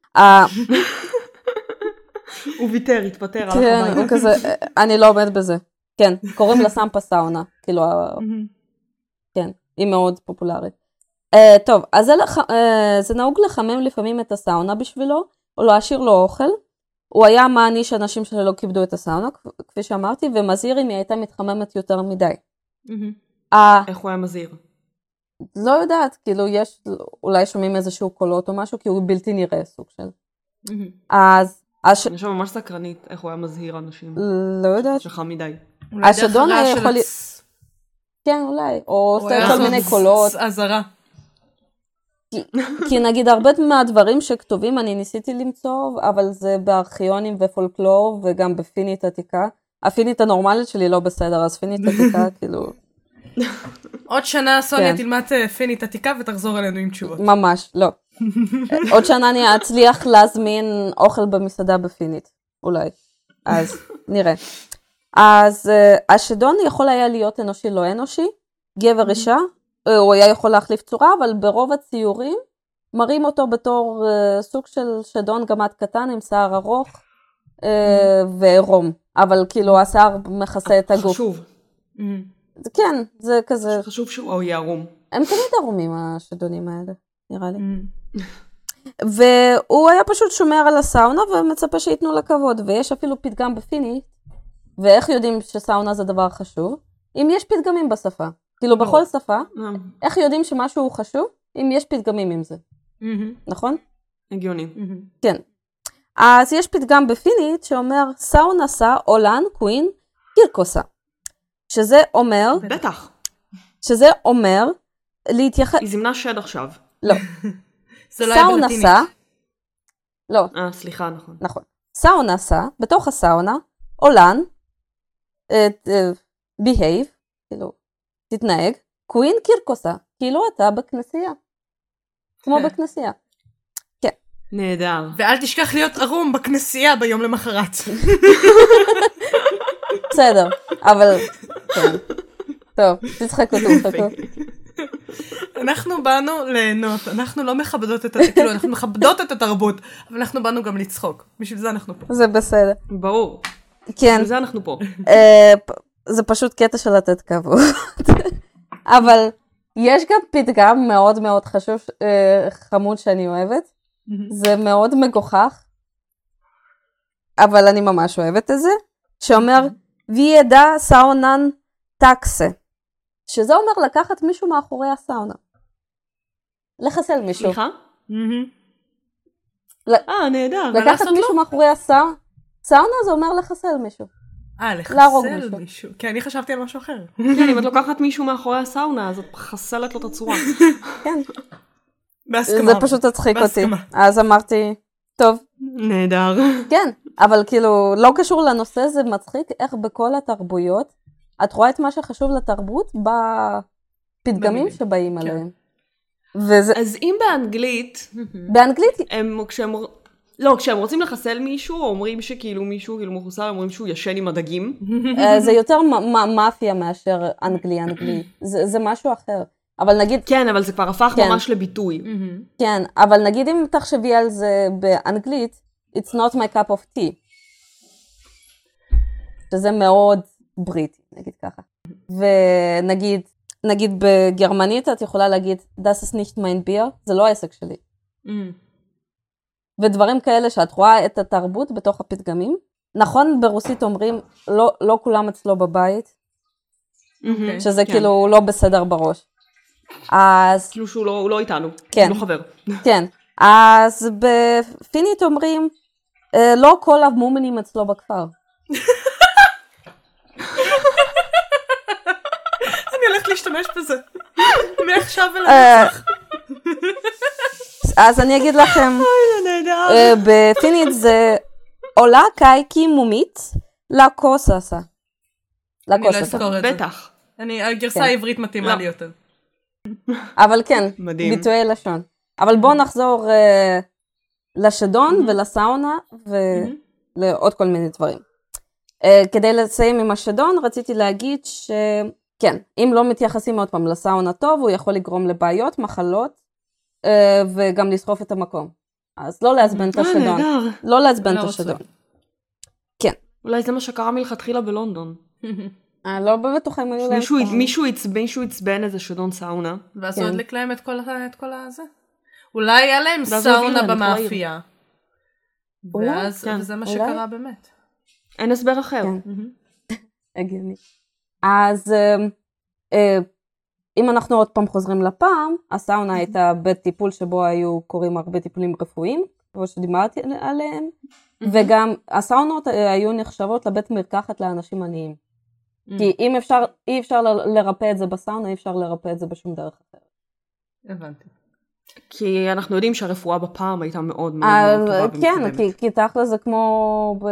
Speaker 3: הוא ויתר, התפטר על
Speaker 2: כן, הוא כזה, אני לא עומד בזה. כן, קוראים לה סמפה סאונה, כאילו, כן, היא מאוד פופולרית. Uh, טוב, אז זה, לח... uh, זה נהוג לחמם לפעמים את הסאונה בשבילו, או להשאיר לו אוכל. הוא היה מעניש אנשים שלא כיבדו את הסאונה, כפי שאמרתי, ומזהיר אם היא הייתה מתחממת יותר מדי.
Speaker 3: Mm-hmm. Uh, איך הוא היה מזהיר?
Speaker 2: לא יודעת, כאילו יש, אולי שומעים איזשהו קולות או משהו, כי הוא בלתי נראה סוג של. Mm-hmm. אז... הש...
Speaker 3: אני חושב ממש סקרנית איך הוא היה מזהיר אנשים.
Speaker 2: לא יודעת.
Speaker 3: שחם מדי.
Speaker 2: השדון יכול... כן, אולי. או עושה כל מיני קולות.
Speaker 1: עזרה.
Speaker 2: כי, כי נגיד הרבה מהדברים שכתובים אני ניסיתי למצוא, אבל זה בארכיונים ופולקלור וגם בפינית עתיקה. הפינית הנורמלית שלי לא בסדר, אז פינית עתיקה כאילו...
Speaker 1: עוד שנה סוניה תלמד פינית עתיקה ותחזור אלינו עם תשובות.
Speaker 2: ממש, לא. עוד שנה אני אצליח להזמין אוכל במסעדה בפינית, אולי. אז נראה. אז השדון יכול היה להיות אנושי לא אנושי, גבר אישה, הוא היה יכול להחליף צורה, אבל ברוב הציורים מראים אותו בתור uh, סוג של שדון גמד קטן עם שיער ארוך uh, ועירום, אבל כאילו השיער מכסה את הגוף.
Speaker 3: חשוב.
Speaker 2: זה, כן, זה כזה...
Speaker 3: חשוב שהוא יהיה ערום.
Speaker 2: הם תמיד ערומים השדונים האלה, נראה לי. והוא היה פשוט שומר על הסאונה ומצפה שיתנו לה כבוד, ויש אפילו פתגם בפינית, ואיך יודעים שסאונה זה דבר חשוב? אם יש פתגמים בשפה. כאילו בכל שפה, איך יודעים שמשהו הוא חשוב? אם יש פתגמים עם זה. נכון?
Speaker 3: הגיוני.
Speaker 2: כן. אז יש פתגם בפינית שאומר, סאונה סא אולן קווין קירקוסה. שזה אומר...
Speaker 3: בטח.
Speaker 2: שזה אומר להתייחס...
Speaker 3: היא זמנה שד עכשיו.
Speaker 2: לא. סאונה סא... לא.
Speaker 3: אה, סליחה, נכון.
Speaker 2: נכון. סאונה סא, בתוך הסאונה, אולן, behave, כאילו, תתנהג, קווין קירקוסה, כאילו אתה בכנסייה. כמו בכנסייה. כן.
Speaker 3: נהדר.
Speaker 1: ואל תשכח להיות ערום בכנסייה ביום למחרת.
Speaker 2: בסדר, אבל, כן. טוב, תצחקו, תצחקו.
Speaker 1: אנחנו באנו ליהנות, אנחנו לא מכבדות את, כאילו, אנחנו מכבדות את התרבות, אבל אנחנו באנו גם לצחוק, בשביל זה אנחנו פה.
Speaker 2: זה בסדר.
Speaker 3: ברור.
Speaker 2: כן.
Speaker 3: בשביל זה אנחנו פה.
Speaker 2: זה פשוט קטע של לתת כבוד. אבל יש גם פתגם מאוד מאוד חשוב, חמוד שאני אוהבת. זה מאוד מגוחך, אבל אני ממש אוהבת את זה, שאומר, וידע סאונן טקסה. שזה אומר לקחת מישהו מאחורי הסאונה. לחסל מישהו.
Speaker 3: סליחה? אה, נהדר.
Speaker 1: לקחת
Speaker 2: מישהו מאחורי הסאונה. סאונה זה אומר לחסל מישהו.
Speaker 1: אה, לחסל מישהו. כי אני חשבתי על משהו אחר.
Speaker 3: כן, אם את לוקחת מישהו מאחורי הסאונה, אז את חסלת לו את הצורה.
Speaker 2: כן.
Speaker 1: בהסכמה.
Speaker 2: זה פשוט הצחיק אותי. אז אמרתי, טוב.
Speaker 3: נהדר.
Speaker 2: כן, אבל כאילו, לא קשור לנושא, זה מצחיק איך בכל התרבויות, את רואה את מה שחשוב לתרבות בפתגמים שבאים עליהם.
Speaker 3: אז אם באנגלית,
Speaker 2: באנגלית,
Speaker 3: כשהם, לא, כשהם רוצים לחסל מישהו, אומרים שכאילו מישהו, כאילו מחוסל, אומרים שהוא ישן עם הדגים.
Speaker 2: זה יותר מאפיה מאשר אנגלי, אנגלי. זה משהו אחר. אבל נגיד...
Speaker 3: כן, אבל זה כבר הפך ממש לביטוי.
Speaker 2: כן, אבל נגיד אם תחשבי על זה באנגלית, it's not my cup of tea. שזה מאוד בריטי, נגיד ככה. ונגיד, נגיד בגרמנית את יכולה להגיד, das ist nicht mein Bier, זה לא העסק שלי. ודברים כאלה שאת רואה את התרבות בתוך הפתגמים. נכון, ברוסית אומרים, לא, לא כולם אצלו בבית, שזה כאילו לא בסדר בראש. אז...
Speaker 3: כאילו שהוא לא, הוא לא איתנו,
Speaker 2: כן,
Speaker 3: הוא לא חבר.
Speaker 2: כן, אז בפינית אומרים, לא כל המומנים אצלו בכפר.
Speaker 1: אני הולכת להשתמש בזה. מעכשיו ולנצח.
Speaker 2: אז אני אגיד לכם, בפינית זה עולה קייקי מומית לקוססה.
Speaker 1: אני לא אזכור את זה.
Speaker 3: בטח.
Speaker 1: הגרסה העברית מתאימה לי יותר.
Speaker 2: אבל כן, ביטויי לשון. אבל בואו נחזור לשדון ולסאונה ולעוד כל מיני דברים. כדי לסיים עם השדון, רציתי להגיד שכן, אם לא מתייחסים עוד פעם לסאונה טוב, הוא יכול לגרום לבעיות, מחלות, וגם לסחוף את המקום. אז לא להזבן את השדון. לא להזבן את השדון. כן.
Speaker 3: אולי זה מה שקרה מלכתחילה בלונדון.
Speaker 2: לא בטוחה אם היו להם...
Speaker 3: מישהו יצבן איזה שדון סאונה.
Speaker 1: ואז הוא הדליק להם את כל הזה. אולי היה להם סאונה במאפייה. וזה מה שקרה באמת.
Speaker 3: אין הסבר אחר.
Speaker 2: הגיוני. אז אם אנחנו עוד פעם חוזרים לפעם, הסאונה הייתה בית טיפול שבו היו קוראים הרבה טיפולים רפואיים, כמו שדיברתי עליהם, וגם הסאונות היו נחשבות לבית מרקחת לאנשים עניים. כי אם אפשר, אי אפשר לרפא את זה בסאונה, אי אפשר לרפא את זה בשום דרך אחרת.
Speaker 1: הבנתי.
Speaker 3: כי אנחנו יודעים שהרפואה בפעם הייתה מאוד מאוד טובה.
Speaker 2: כן, כי, כי תכלה זה כמו ב...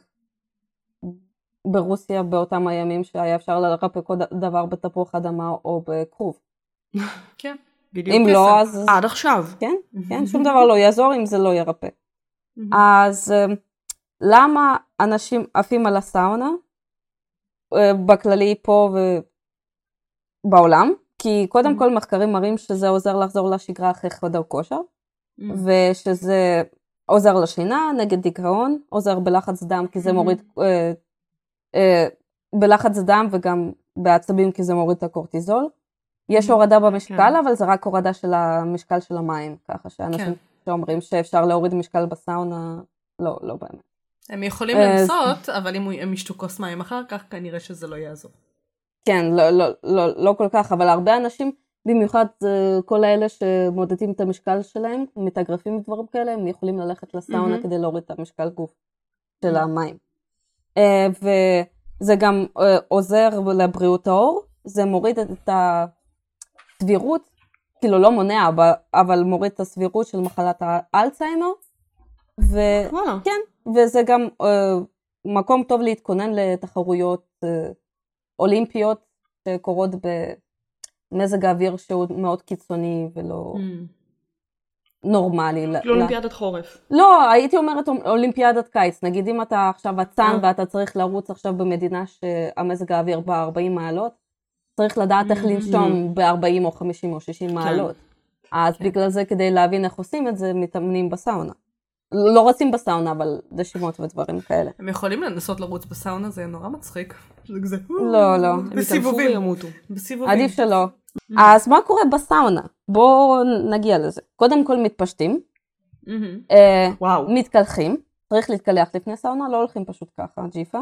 Speaker 2: ברוסיה באותם הימים שהיה אפשר לרפא כל דבר בתפוח אדמה או בכרוב.
Speaker 1: כן, בדיוק.
Speaker 2: אם לא, אז...
Speaker 3: עד עכשיו.
Speaker 2: כן, כן, שום דבר לא יעזור אם זה לא ירפא. אז למה אנשים עפים על הסאונה? בכללי פה ובעולם, כי קודם כל מחקרים מראים שזה עוזר לחזור לשגרה אחרי חדר כושר, ושזה עוזר לשינה, נגד דיכאון, עוזר בלחץ דם כי זה מוריד, בלחץ דם וגם בעצבים כי זה מוריד את הקורטיזול. יש הורדה במשקל, אבל זה רק הורדה של המשקל של המים, ככה שאנשים שאומרים שאפשר להוריד משקל בסאונה, לא, לא באמת.
Speaker 1: הם יכולים לנסות, אבל אם הם ישתו כוס מים אחר כך, כנראה שזה לא יעזור.
Speaker 2: כן, לא, לא, לא, לא כל כך, אבל הרבה אנשים, במיוחד כל האלה שמודדים את המשקל שלהם, מתאגרפים ודברים כאלה, הם יכולים ללכת לסאונה כדי להוריד את המשקל גוף של המים. וזה גם עוזר לבריאות העור, זה מוריד את הסבירות, כאילו לא מונע, אבל מוריד את הסבירות של מחלת האלצהיימר, וכן, וזה גם uh, מקום טוב להתכונן לתחרויות uh, אולימפיות שקורות במזג האוויר שהוא מאוד קיצוני ולא mm. נורמלי.
Speaker 3: לא אולימפיאדת חורף.
Speaker 2: לא, הייתי אומרת אולימפיאדת קיץ. נגיד אם אתה עכשיו עצן ואתה צריך לרוץ עכשיו במדינה שהמזג האוויר בה ארבעים מעלות, צריך לדעת איך לנשום ב-ארבעים או חמישים או שישים מעלות. אז בגלל זה, כדי להבין איך עושים את זה, מתאמנים בסאונה. לא רצים בסאונה, אבל נשימות ודברים כאלה.
Speaker 1: הם יכולים לנסות לרוץ בסאונה, זה נורא מצחיק.
Speaker 2: לא, לא.
Speaker 3: הם יתעלפו וימותו.
Speaker 2: עדיף שלא. אז מה קורה בסאונה? בואו נגיע לזה. קודם כל מתפשטים, מתקלחים, צריך להתקלח לפני סאונה, לא הולכים פשוט ככה, ג'יפה.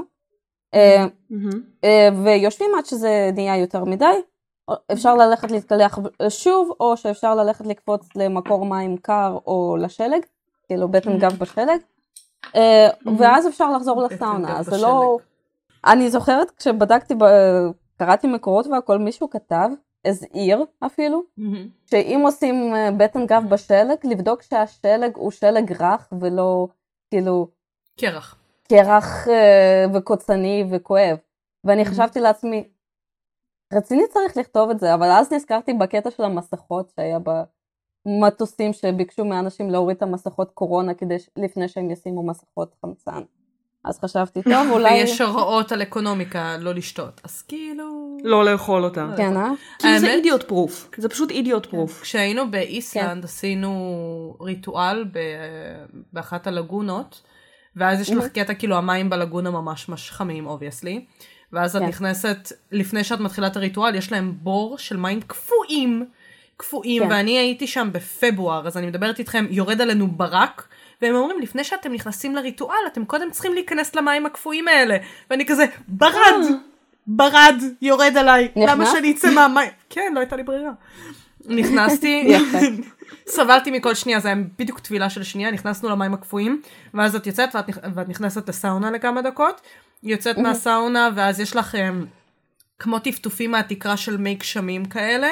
Speaker 2: ויושבים עד שזה נהיה יותר מדי, אפשר ללכת להתקלח שוב, או שאפשר ללכת לקפוץ למקור מים קר או לשלג, כאילו בטן גב בשלג, ואז אפשר לחזור לסאונה. אז זה לא... אני זוכרת כשבדקתי, קראתי מקורות והכל, מישהו כתב, הזהיר אפילו, שאם עושים בטן גב בשלג, לבדוק שהשלג הוא שלג רך ולא כאילו...
Speaker 1: קרח.
Speaker 2: קרח וקוצני וכואב. ואני חשבתי לעצמי, רציני צריך לכתוב את זה, אבל אז נזכרתי בקטע של המסכות שהיה במטוסים שביקשו מאנשים להוריד את המסכות קורונה כדי לפני שהם ישימו מסכות חמצן. אז חשבתי, טוב, אולי...
Speaker 1: ויש הוראות על אקונומיקה לא לשתות, אז כאילו...
Speaker 3: לא לאכול אותה.
Speaker 2: כן, אה?
Speaker 3: כאילו זה אידיוט פרוף, זה פשוט אידיוט פרוף.
Speaker 1: כשהיינו באיסלנד עשינו ריטואל באחת הלגונות, ואז יש לך קטע, כאילו המים בלגונה ממש ממש חמים, אובייסלי, ואז את נכנסת, לפני שאת מתחילה את הריטואל, יש להם בור של מים קפואים, קפואים, ואני הייתי שם בפברואר, אז אני מדברת איתכם, יורד עלינו ברק, והם אומרים, לפני שאתם נכנסים לריטואל, אתם קודם צריכים להיכנס למים הקפואים האלה. ואני כזה, ברד, ברד, יורד עליי. למה שאני אצא מהמים? כן, לא הייתה לי ברירה. נכנסתי, סבלתי מכל שנייה, זה היה בדיוק תבילה של שנייה, נכנסנו למים הקפואים, ואז את יוצאת ואת נכנסת לסאונה לכמה דקות, יוצאת מהסאונה, ואז יש לך כמו טפטופים מהתקרה של מי גשמים כאלה,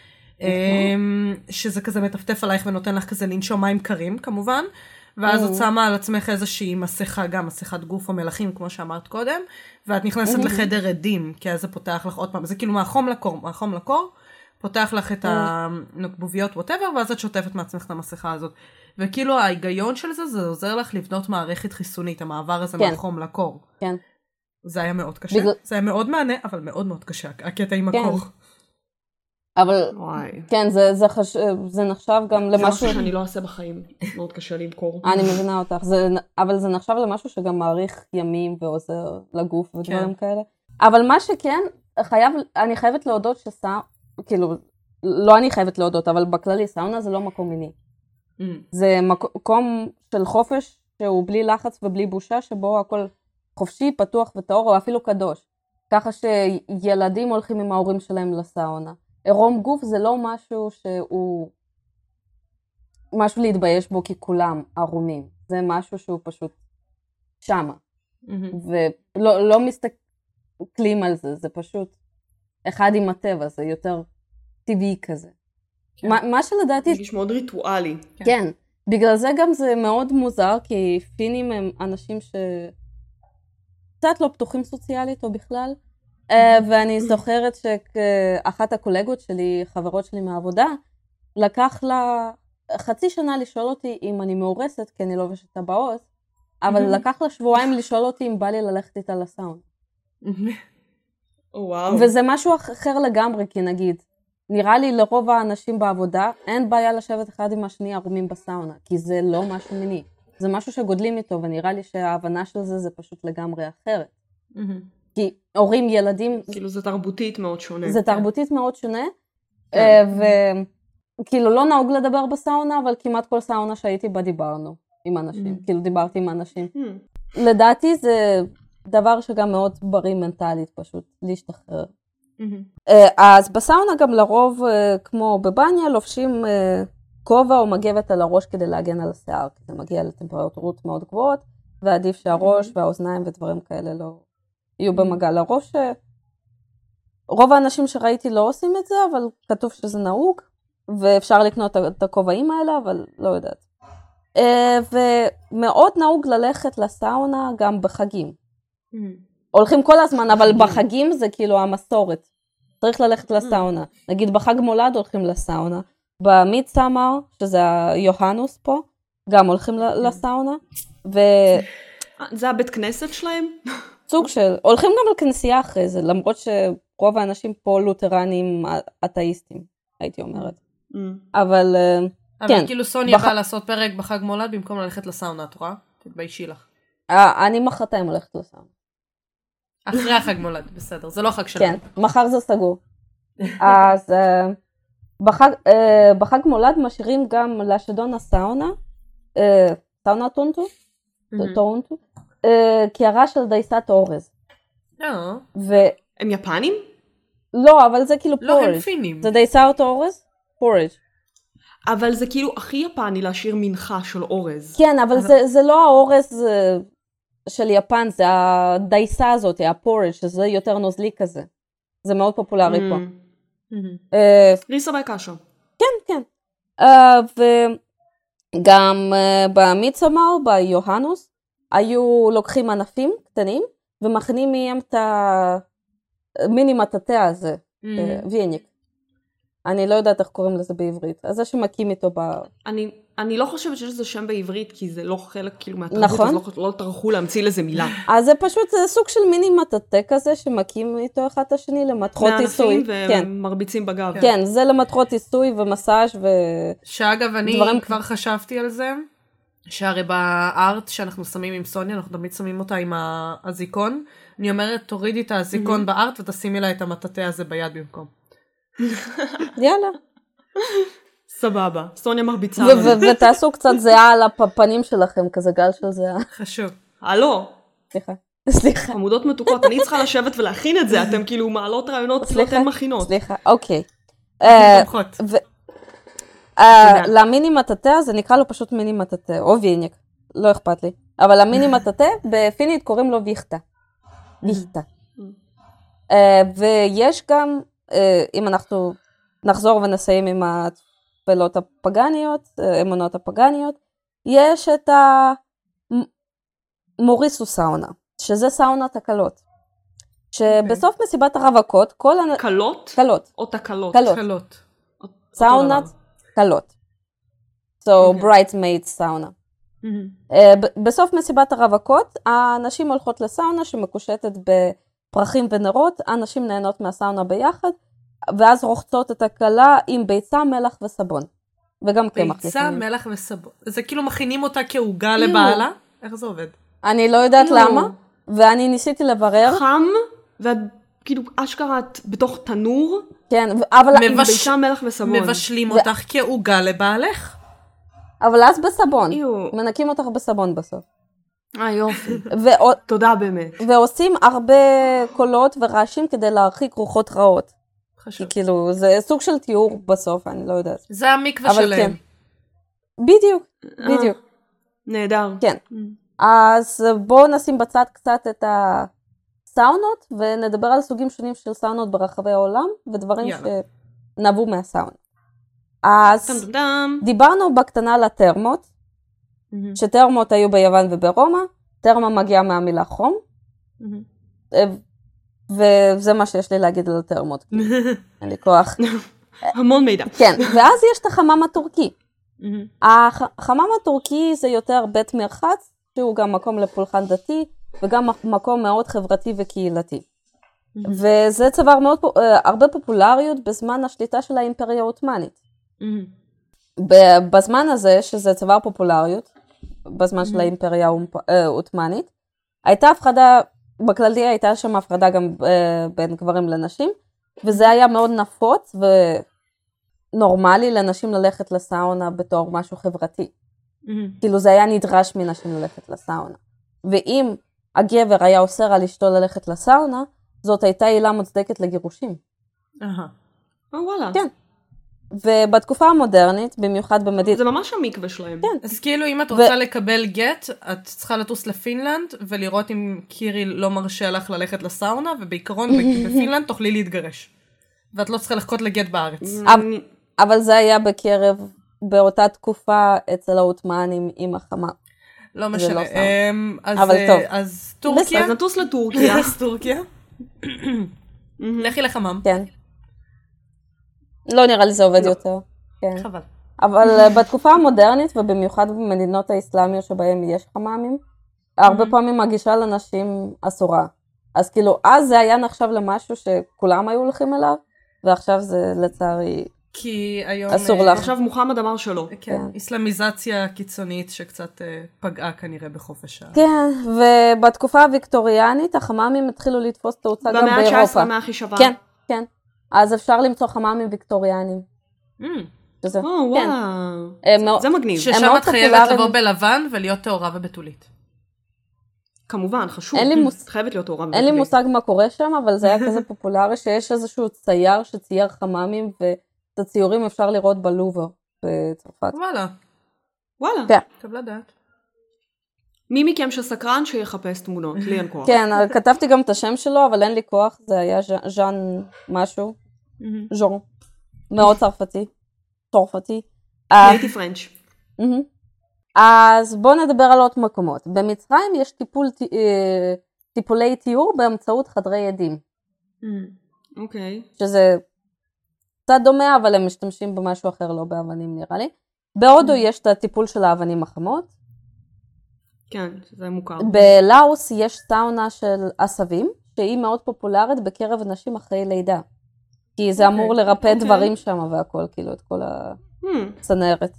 Speaker 1: שזה כזה מטפטף עלייך ונותן לך כזה לנשום מים קרים כמובן, ואז את שמה על עצמך איזושהי מסכה, גם מסכת גוף או מלחים כמו שאמרת קודם, ואת נכנסת לחדר עדים, כי אז זה פותח לך עוד פעם, זה כאילו מהחום לקור, מהחום לקור, פותח לך את הנוקבוביות whatever, ואז את שוטפת מעצמך את המסכה הזאת. וכאילו ההיגיון של זה, זה עוזר לך לבנות מערכת חיסונית, המעבר הזה מהחום לקור.
Speaker 2: כן.
Speaker 1: זה היה מאוד קשה, זה היה מאוד מענה, אבל מאוד מאוד קשה, הקטע עם הקור.
Speaker 2: אבל כן, זה, זה, חש... זה נחשב גם למשהו...
Speaker 3: זה משהו שאני לא אעשה בחיים, מאוד קשה לי עם קור.
Speaker 2: אני מבינה אותך, זה... אבל זה נחשב למשהו שגם מעריך ימים ועוזר לגוף ודברים כן. כאלה. אבל מה שכן, חייב, אני חייבת להודות שסאונה, כאילו, לא אני חייבת להודות, אבל בכללי, סאונה זה לא מקום מיני. Mm. זה מקום של חופש שהוא בלי לחץ ובלי בושה, שבו הכל חופשי, פתוח וטהור, או אפילו קדוש. ככה שילדים הולכים עם ההורים שלהם לסאונה. עירום גוף זה לא משהו שהוא משהו להתבייש בו כי כולם ערומים, זה משהו שהוא פשוט שמה, mm-hmm. ולא לא מסתכלים על זה, זה פשוט אחד עם הטבע, זה יותר טבעי כזה. כן. מה, מה שלדעתי...
Speaker 3: מרגיש מאוד ריטואלי.
Speaker 2: כן. כן, בגלל זה גם זה מאוד מוזר, כי פינים הם אנשים ש... קצת לא פתוחים סוציאלית או בכלל, ואני זוכרת שאחת הקולגות שלי, חברות שלי מהעבודה, לקח לה חצי שנה לשאול אותי אם אני מאורסת, כי אני לובשת טבעות, אבל לקח לה שבועיים לשאול אותי אם בא לי ללכת איתה לסאונה. וזה משהו אחר לגמרי, כי נגיד, נראה לי לרוב האנשים בעבודה, אין בעיה לשבת אחד עם השני ערומים בסאונה, כי זה לא משהו מיני. זה משהו שגודלים איתו, ונראה לי שההבנה של זה זה פשוט לגמרי אחרת. כי הורים, ילדים...
Speaker 3: כאילו זה תרבותית מאוד שונה.
Speaker 2: זה תרבותית מאוד שונה, וכאילו לא נהוג לדבר בסאונה, אבל כמעט כל סאונה שהייתי בה דיברנו עם אנשים, כאילו דיברתי עם אנשים. לדעתי זה דבר שגם מאוד בריא מנטלית פשוט, להשתחרר. אז בסאונה גם לרוב, כמו בבניה, לובשים כובע או מגבת על הראש כדי להגן על השיער, כי זה מגיע לטמפרטורות מאוד גבוהות, ועדיף שהראש והאוזניים ודברים כאלה לא... יהיו במגע לראש. רוב האנשים שראיתי לא עושים את זה, אבל כתוב שזה נהוג, ואפשר לקנות את הכובעים האלה, אבל לא יודעת. ומאוד נהוג ללכת לסאונה גם בחגים. הולכים כל הזמן, אבל בחגים זה כאילו המסורת. צריך ללכת לסאונה. נגיד בחג מולד הולכים לסאונה. במידסמר, שזה היוהנוס פה, גם הולכים לסאונה.
Speaker 3: זה הבית כנסת שלהם?
Speaker 2: סוג של, הולכים גם לכנסייה אחרי זה, למרות רוב האנשים פה לותרנים אתאיסטים, הייתי אומרת. אבל
Speaker 1: אבל
Speaker 2: כן.
Speaker 1: כאילו סוניה באה לעשות פרק בחג מולד במקום ללכת לסאונה, את רואה? תתביישי לך.
Speaker 2: אני מחרתיים הולכת לסאונה.
Speaker 1: אחרי החג מולד, בסדר, זה לא חג שלנו.
Speaker 2: כן, מחר זה סגור. אז בחג, בחג מולד משאירים גם לשדון הסאונה, סאונה טונטו, טורונטו, קערה של דייסת אורז.
Speaker 3: הם יפנים?
Speaker 2: לא, אבל זה כאילו
Speaker 1: לא, הם
Speaker 2: פורג'.
Speaker 1: פינים.
Speaker 2: זה דייסת אורז? פורג'.
Speaker 3: אבל זה כאילו הכי יפני להשאיר מנחה של אורז.
Speaker 2: כן, אבל זה, זה לא האורז של יפן, זה הדייסה הזאת, הפורג', שזה יותר נוזלי כזה. זה מאוד פופולרי פה.
Speaker 3: ריסה בקשה.
Speaker 2: כן, כן. וגם במידסומר, ביוהנוס, היו לוקחים ענפים קטנים, ומכינים מהם את המיני מטאטא הזה, ויניק. אני לא יודעת איך קוראים לזה בעברית, אז זה שמקים איתו ב...
Speaker 3: אני, אני לא חושבת שיש לזה שם בעברית, כי זה לא חלק כאילו מהתרבות,
Speaker 2: נכון.
Speaker 3: אז לא, לא טרחו להמציא לזה מילה.
Speaker 2: אז זה פשוט זה סוג של מיני מטאטא כזה, שמקים איתו אחד את השני למטרות עיסוי.
Speaker 3: מענפים
Speaker 2: כן.
Speaker 3: ומרביצים בגב.
Speaker 2: כן. כן, זה למטרות עיסוי ומסאז' ו...
Speaker 1: שאגב, אני
Speaker 2: דברים...
Speaker 1: כבר חשבתי על זה, שהרי בארט שאנחנו שמים עם סוניה, אנחנו תמיד שמים אותה עם הזיקון, אני אומרת, תורידי את הזיקון בארט ותשימי לה את המטאטא הזה ביד במקום.
Speaker 2: יאללה.
Speaker 3: סבבה, סוניה מרביצה.
Speaker 2: ותעשו קצת זהה על הפנים שלכם, כזה גל של זהה.
Speaker 1: חשוב.
Speaker 3: הלו.
Speaker 2: סליחה. סליחה.
Speaker 3: עמודות מתוקות, אני צריכה לשבת ולהכין את זה, אתם כאילו מעלות רעיונות, אתם מכינות.
Speaker 2: סליחה, אוקיי.
Speaker 1: תומכות.
Speaker 2: למיני מטאטא זה נקרא לו פשוט מיני מטאטא, או ויניק, לא אכפת לי. אבל המיני מטאטא בפינית קוראים לו ויכטה. ויכטה. ויש גם, אם אנחנו נחזור ונסיים עם התפילות הפגניות, אמונות הפגניות, יש את המוריסו סאונה, שזה סאונת הקלות. שבסוף מסיבת הרווקות, כל...
Speaker 3: קלות?
Speaker 2: קלות.
Speaker 3: או תקלות?
Speaker 1: קלות.
Speaker 2: סאונת קלות. So, bridesmaid סאונה. בסוף מסיבת הרווקות, הנשים הולכות לסאונה שמקושטת בפרחים ונרות, הנשים נהנות מהסאונה ביחד, ואז רוחצות את הכלה עם ביצה, מלח וסבון. וגם קמח.
Speaker 1: ביצה, מלח וסבון. זה כאילו מכינים אותה כעוגה לבעלה? איך זה עובד?
Speaker 2: אני לא יודעת למה, ואני ניסיתי לברר.
Speaker 3: חם, וכאילו אשכרת בתוך תנור.
Speaker 2: כן, אבל...
Speaker 3: עם ביצה, מלח וסבון.
Speaker 1: מבשלים אותך כעוגה לבעלך.
Speaker 2: אבל אז בסבון. מנקים אותך בסבון בסוף.
Speaker 3: אה, יופי. תודה באמת.
Speaker 2: ועושים הרבה קולות ורעשים כדי להרחיק רוחות רעות. חשוב. כאילו, זה סוג של תיאור בסוף, אני לא יודעת.
Speaker 1: זה המקווה שלהם.
Speaker 2: בדיוק, בדיוק.
Speaker 3: נהדר.
Speaker 2: כן. אז בואו נשים בצד קצת את הסאונות, ונדבר על סוגים שונים של סאונות ברחבי העולם, ודברים שנבעו מהסאונה. אז דיברנו בקטנה על הטרמות, שטרמות היו ביוון וברומא, טרמה מגיעה מהמילה חום, וזה מה שיש לי להגיד על הטרמות, אין לי כוח.
Speaker 3: המון מידע.
Speaker 2: כן, ואז יש את החמם הטורקי. החמם הטורקי זה יותר בית מרחץ, שהוא גם מקום לפולחן דתי, וגם מקום מאוד חברתי וקהילתי. וזה צבר מאוד, הרבה פופולריות בזמן השליטה של האימפריה העות'מאנית. בזמן הזה, שזה צבר פופולריות, בזמן של האימפריה העות'מאנית, הייתה הפרדה, בכללי הייתה שם הפרדה גם בין גברים לנשים, וזה היה מאוד נפוץ ונורמלי לנשים ללכת לסאונה בתור משהו חברתי. כאילו זה היה נדרש מנשים ללכת לסאונה. ואם הגבר היה אוסר על אשתו ללכת לסאונה, זאת הייתה עילה מוצדקת לגירושים.
Speaker 3: אהה. אה וואלה.
Speaker 2: כן. ובתקופה המודרנית, במיוחד במדינת...
Speaker 3: זה ממש המקווה שלהם.
Speaker 2: כן.
Speaker 1: אז כאילו אם את רוצה לקבל גט, את צריכה לטוס לפינלנד, ולראות אם קירי לא מרשה לך ללכת לסאונה, ובעיקרון בפינלנד תוכלי להתגרש. ואת לא צריכה לחכות לגט בארץ.
Speaker 2: אבל זה היה בקרב, באותה תקופה אצל העות'מאנים עם החמה.
Speaker 1: לא משנה.
Speaker 2: אבל טוב.
Speaker 1: אז טורקיה.
Speaker 3: אז נטוס לטורקיה.
Speaker 1: אז טורקיה. לכי לחמם.
Speaker 2: כן. לא נראה לי זה עובד יותר.
Speaker 1: חבל.
Speaker 2: אבל בתקופה המודרנית, ובמיוחד במדינות האסלאמיות שבהן יש חממים, הרבה פעמים הגישה לנשים אסורה. אז כאילו, אז זה היה נחשב למשהו שכולם היו הולכים אליו, ועכשיו זה לצערי
Speaker 1: כי היום...
Speaker 2: אסור לך.
Speaker 3: עכשיו מוחמד אמר שלא.
Speaker 1: כן, איסלאמיזציה קיצונית שקצת פגעה כנראה בחופש ה...
Speaker 2: כן, ובתקופה הוויקטוריאנית החממים התחילו לתפוס תאוצה גם באירופה.
Speaker 3: במאה ה-תשע עשרה, מאה חישבה.
Speaker 2: כן, כן. אז אפשר למצוא חממים ויקטוריאנים.
Speaker 3: או, וואו. זה מגניב.
Speaker 1: ששם את חייבת לבוא בלבן ולהיות תאורה ובתולית.
Speaker 3: כמובן, חשוב. חייבת להיות תאורה ובתולית.
Speaker 2: אין לי מושג מה קורה שם, אבל זה היה כזה פופולרי שיש איזשהו צייר שצייר חממים, ואת הציורים אפשר לראות בלובר בצרפת.
Speaker 1: וואלה.
Speaker 3: וואלה.
Speaker 2: כן.
Speaker 1: קבלה דעת.
Speaker 3: מי מכם שסקרן שיחפש תמונות, לי אין כוח.
Speaker 2: כן, כתבתי גם את השם שלו, אבל אין לי כוח, זה היה ז'אן משהו, ז'אן, מאוד צרפתי, צרפתי.
Speaker 3: הייתי פרנץ'.
Speaker 2: אז בואו נדבר על עוד מקומות. במצרים יש טיפול, טיפולי תיאור באמצעות חדרי עדים.
Speaker 3: אוקיי.
Speaker 2: שזה קצת דומה, אבל הם משתמשים במשהו אחר, לא באבנים נראה לי. בהודו יש את הטיפול של האבנים החמות.
Speaker 3: כן, זה מוכר.
Speaker 2: בלאוס יש סאונה של עשבים, שהיא מאוד פופולרית בקרב נשים אחרי לידה. כי זה אמור לרפא דברים שם והכל, כאילו, את כל הצנרת.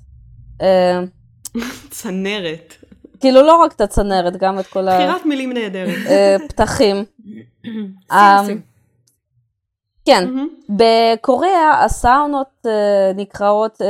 Speaker 3: צנרת.
Speaker 2: כאילו, לא רק את הצנרת, גם את כל ה...
Speaker 3: בחירת מילים נהדרת.
Speaker 2: פתחים. כן, בקוריאה הסאונות נקראות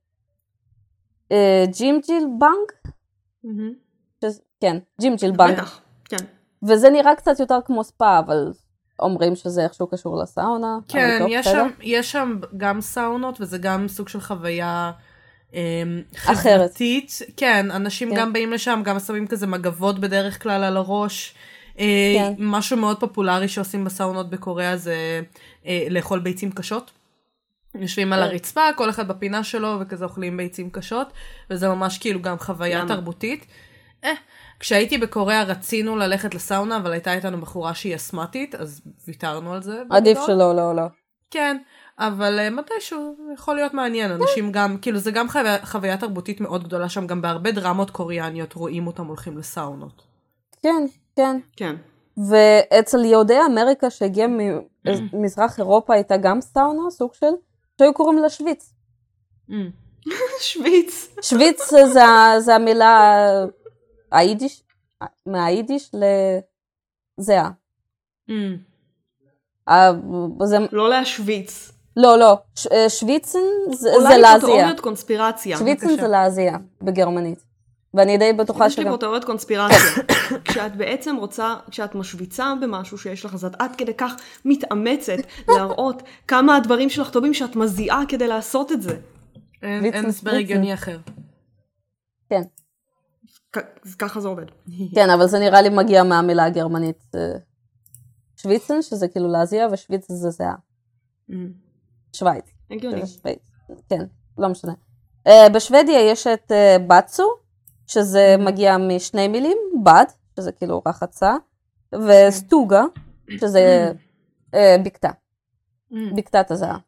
Speaker 2: ג'ימג'יל בנק. כן, ג'ימג'יל בנק.
Speaker 3: בטח, כן.
Speaker 2: וזה נראה קצת יותר כמו ספא, אבל אומרים שזה איכשהו קשור לסאונה.
Speaker 1: כן, יש שם, יש שם גם סאונות, וזה גם סוג של חוויה חברתית. כן, אנשים גם באים לשם, גם שמים כזה מגבות בדרך כלל על הראש. משהו מאוד פופולרי שעושים בסאונות בקוריאה זה לאכול ביצים קשות. יושבים על הרצפה, כל אחד בפינה שלו, וכזה אוכלים ביצים קשות, וזה ממש כאילו גם חוויה תרבותית. אה, כשהייתי בקוריאה רצינו ללכת לסאונה, אבל הייתה איתנו בחורה שהיא אסמטית, אז ויתרנו על זה.
Speaker 2: עדיף שלא, לא, לא.
Speaker 1: כן, אבל מתישהו יכול להיות מעניין, אנשים גם, כאילו זה גם חוויה, חוויה תרבותית מאוד גדולה שם, גם בהרבה דרמות קוריאניות רואים אותם הולכים לסאונות.
Speaker 2: כן, כן.
Speaker 3: כן.
Speaker 2: ואצל יהודי אמריקה שהגיע ממזרח אירופה הייתה גם סאונה, סוג של, שהיו קוראים לה שוויץ.
Speaker 3: שוויץ.
Speaker 2: שוויץ זה, זה המילה היידיש, מהיידיש לזהה.
Speaker 3: לא להשוויץ.
Speaker 2: לא, לא. שוויצן זה להזיע.
Speaker 3: אולי פה תיאוריות קונספירציה.
Speaker 2: שוויצן זה להזיע בגרמנית. ואני די בטוחה שגם...
Speaker 3: יש לי פה תיאוריות קונספירציה. כשאת בעצם רוצה, כשאת משוויצה במשהו שיש לך, אז את עד כדי כך מתאמצת להראות כמה הדברים שלך טובים שאת מזיעה כדי לעשות את זה.
Speaker 1: אין הסבר הגיוני אחר.
Speaker 2: כן.
Speaker 3: ככה זה עובד.
Speaker 2: כן, אבל זה נראה לי מגיע מהמילה הגרמנית שוויצן, שזה כאילו להזיע, ושוויץ זה זהה. שווייץ.
Speaker 3: הגיוני.
Speaker 2: כן, לא משנה. בשוודיה יש את בצו, שזה מגיע משני מילים, בד, שזה כאילו רחצה, וסטוגה, שזה בקתה. בקתת הזהה.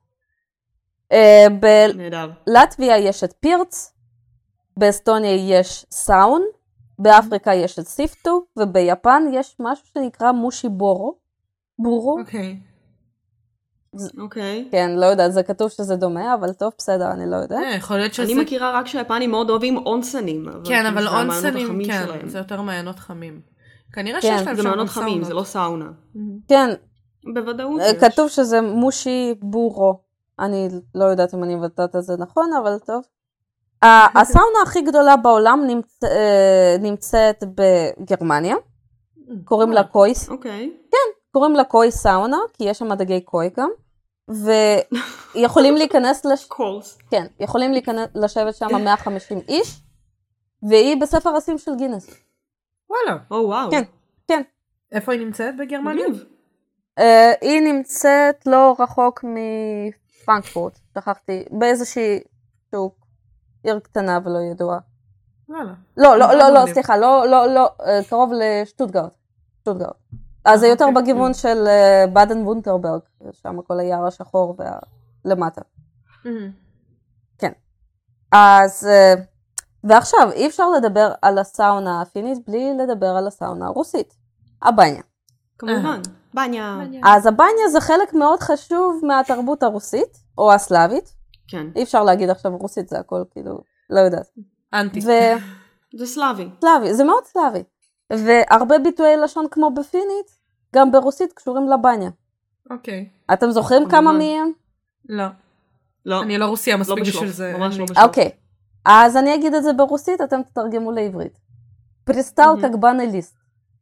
Speaker 2: בלטביה יש את פירץ, באסטוניה יש סאון, באפריקה יש את סיפטו, וביפן יש משהו שנקרא מושי בורו. בורו.
Speaker 1: אוקיי.
Speaker 3: אוקיי.
Speaker 2: כן, לא יודעת, זה כתוב שזה דומה, אבל טוב, בסדר, אני לא יודעת.
Speaker 1: יכול להיות שזה...
Speaker 3: אני מכירה רק שהיפנים מאוד אוהבים אונסנים.
Speaker 1: כן, אבל אונסנים, כן, זה יותר מעיינות חמים. כנראה שיש להם
Speaker 3: שם מעיינות חמים, זה לא סאונה.
Speaker 2: כן.
Speaker 3: בוודאות.
Speaker 2: כתוב שזה מושי בורו. אני לא יודעת אם אני מבטאת את זה נכון, אבל טוב. הסאונה הכי גדולה בעולם נמצאת בגרמניה. קוראים לה קויס.
Speaker 3: אוקיי.
Speaker 2: כן, קוראים לה קוי סאונה, כי יש שם דגי קוי גם. ויכולים להיכנס לש...
Speaker 3: קורס.
Speaker 2: כן, יכולים להיכנס לשבת שם מאה וחמישים איש, והיא בספר הסים של גינס.
Speaker 1: וואלה.
Speaker 3: או וואו.
Speaker 2: כן, כן.
Speaker 1: איפה היא נמצאת בגרמניה?
Speaker 2: היא נמצאת לא רחוק מפרנקפורט, שכחתי, באיזושהי שוק, עיר קטנה ולא ידועה.
Speaker 1: וואלה.
Speaker 2: לא, לא, לא, לא, סליחה, לא, לא, לא, קרוב לשטוטגרד. שטוטגרד. אז זה יותר בכיוון של בדן וונטרברג, שם כל היער השחור ולמטה. כן. אז, ועכשיו, אי אפשר לדבר על הסאונה הפינית בלי לדבר על הסאונה הרוסית. הבניה.
Speaker 3: כמובן, בניה.
Speaker 2: אז הבניה זה חלק מאוד חשוב מהתרבות הרוסית, או הסלאבית.
Speaker 3: כן.
Speaker 2: אי אפשר להגיד עכשיו רוסית, זה הכל כאילו, לא יודעת.
Speaker 1: אנטי.
Speaker 3: זה סלאבי.
Speaker 2: סלאבי, זה מאוד סלאבי. והרבה ביטויי לשון כמו בפינית, גם ברוסית קשורים לבניה.
Speaker 1: אוקיי.
Speaker 2: אתם זוכרים כמה מהם?
Speaker 1: לא.
Speaker 3: לא.
Speaker 1: אני לא רוסיה מספיק בשביל זה.
Speaker 3: ממש לא בשלוף.
Speaker 2: אוקיי. אז אני אגיד את זה ברוסית, אתם תתרגמו לעברית. פריסטל כגבנה ליסט.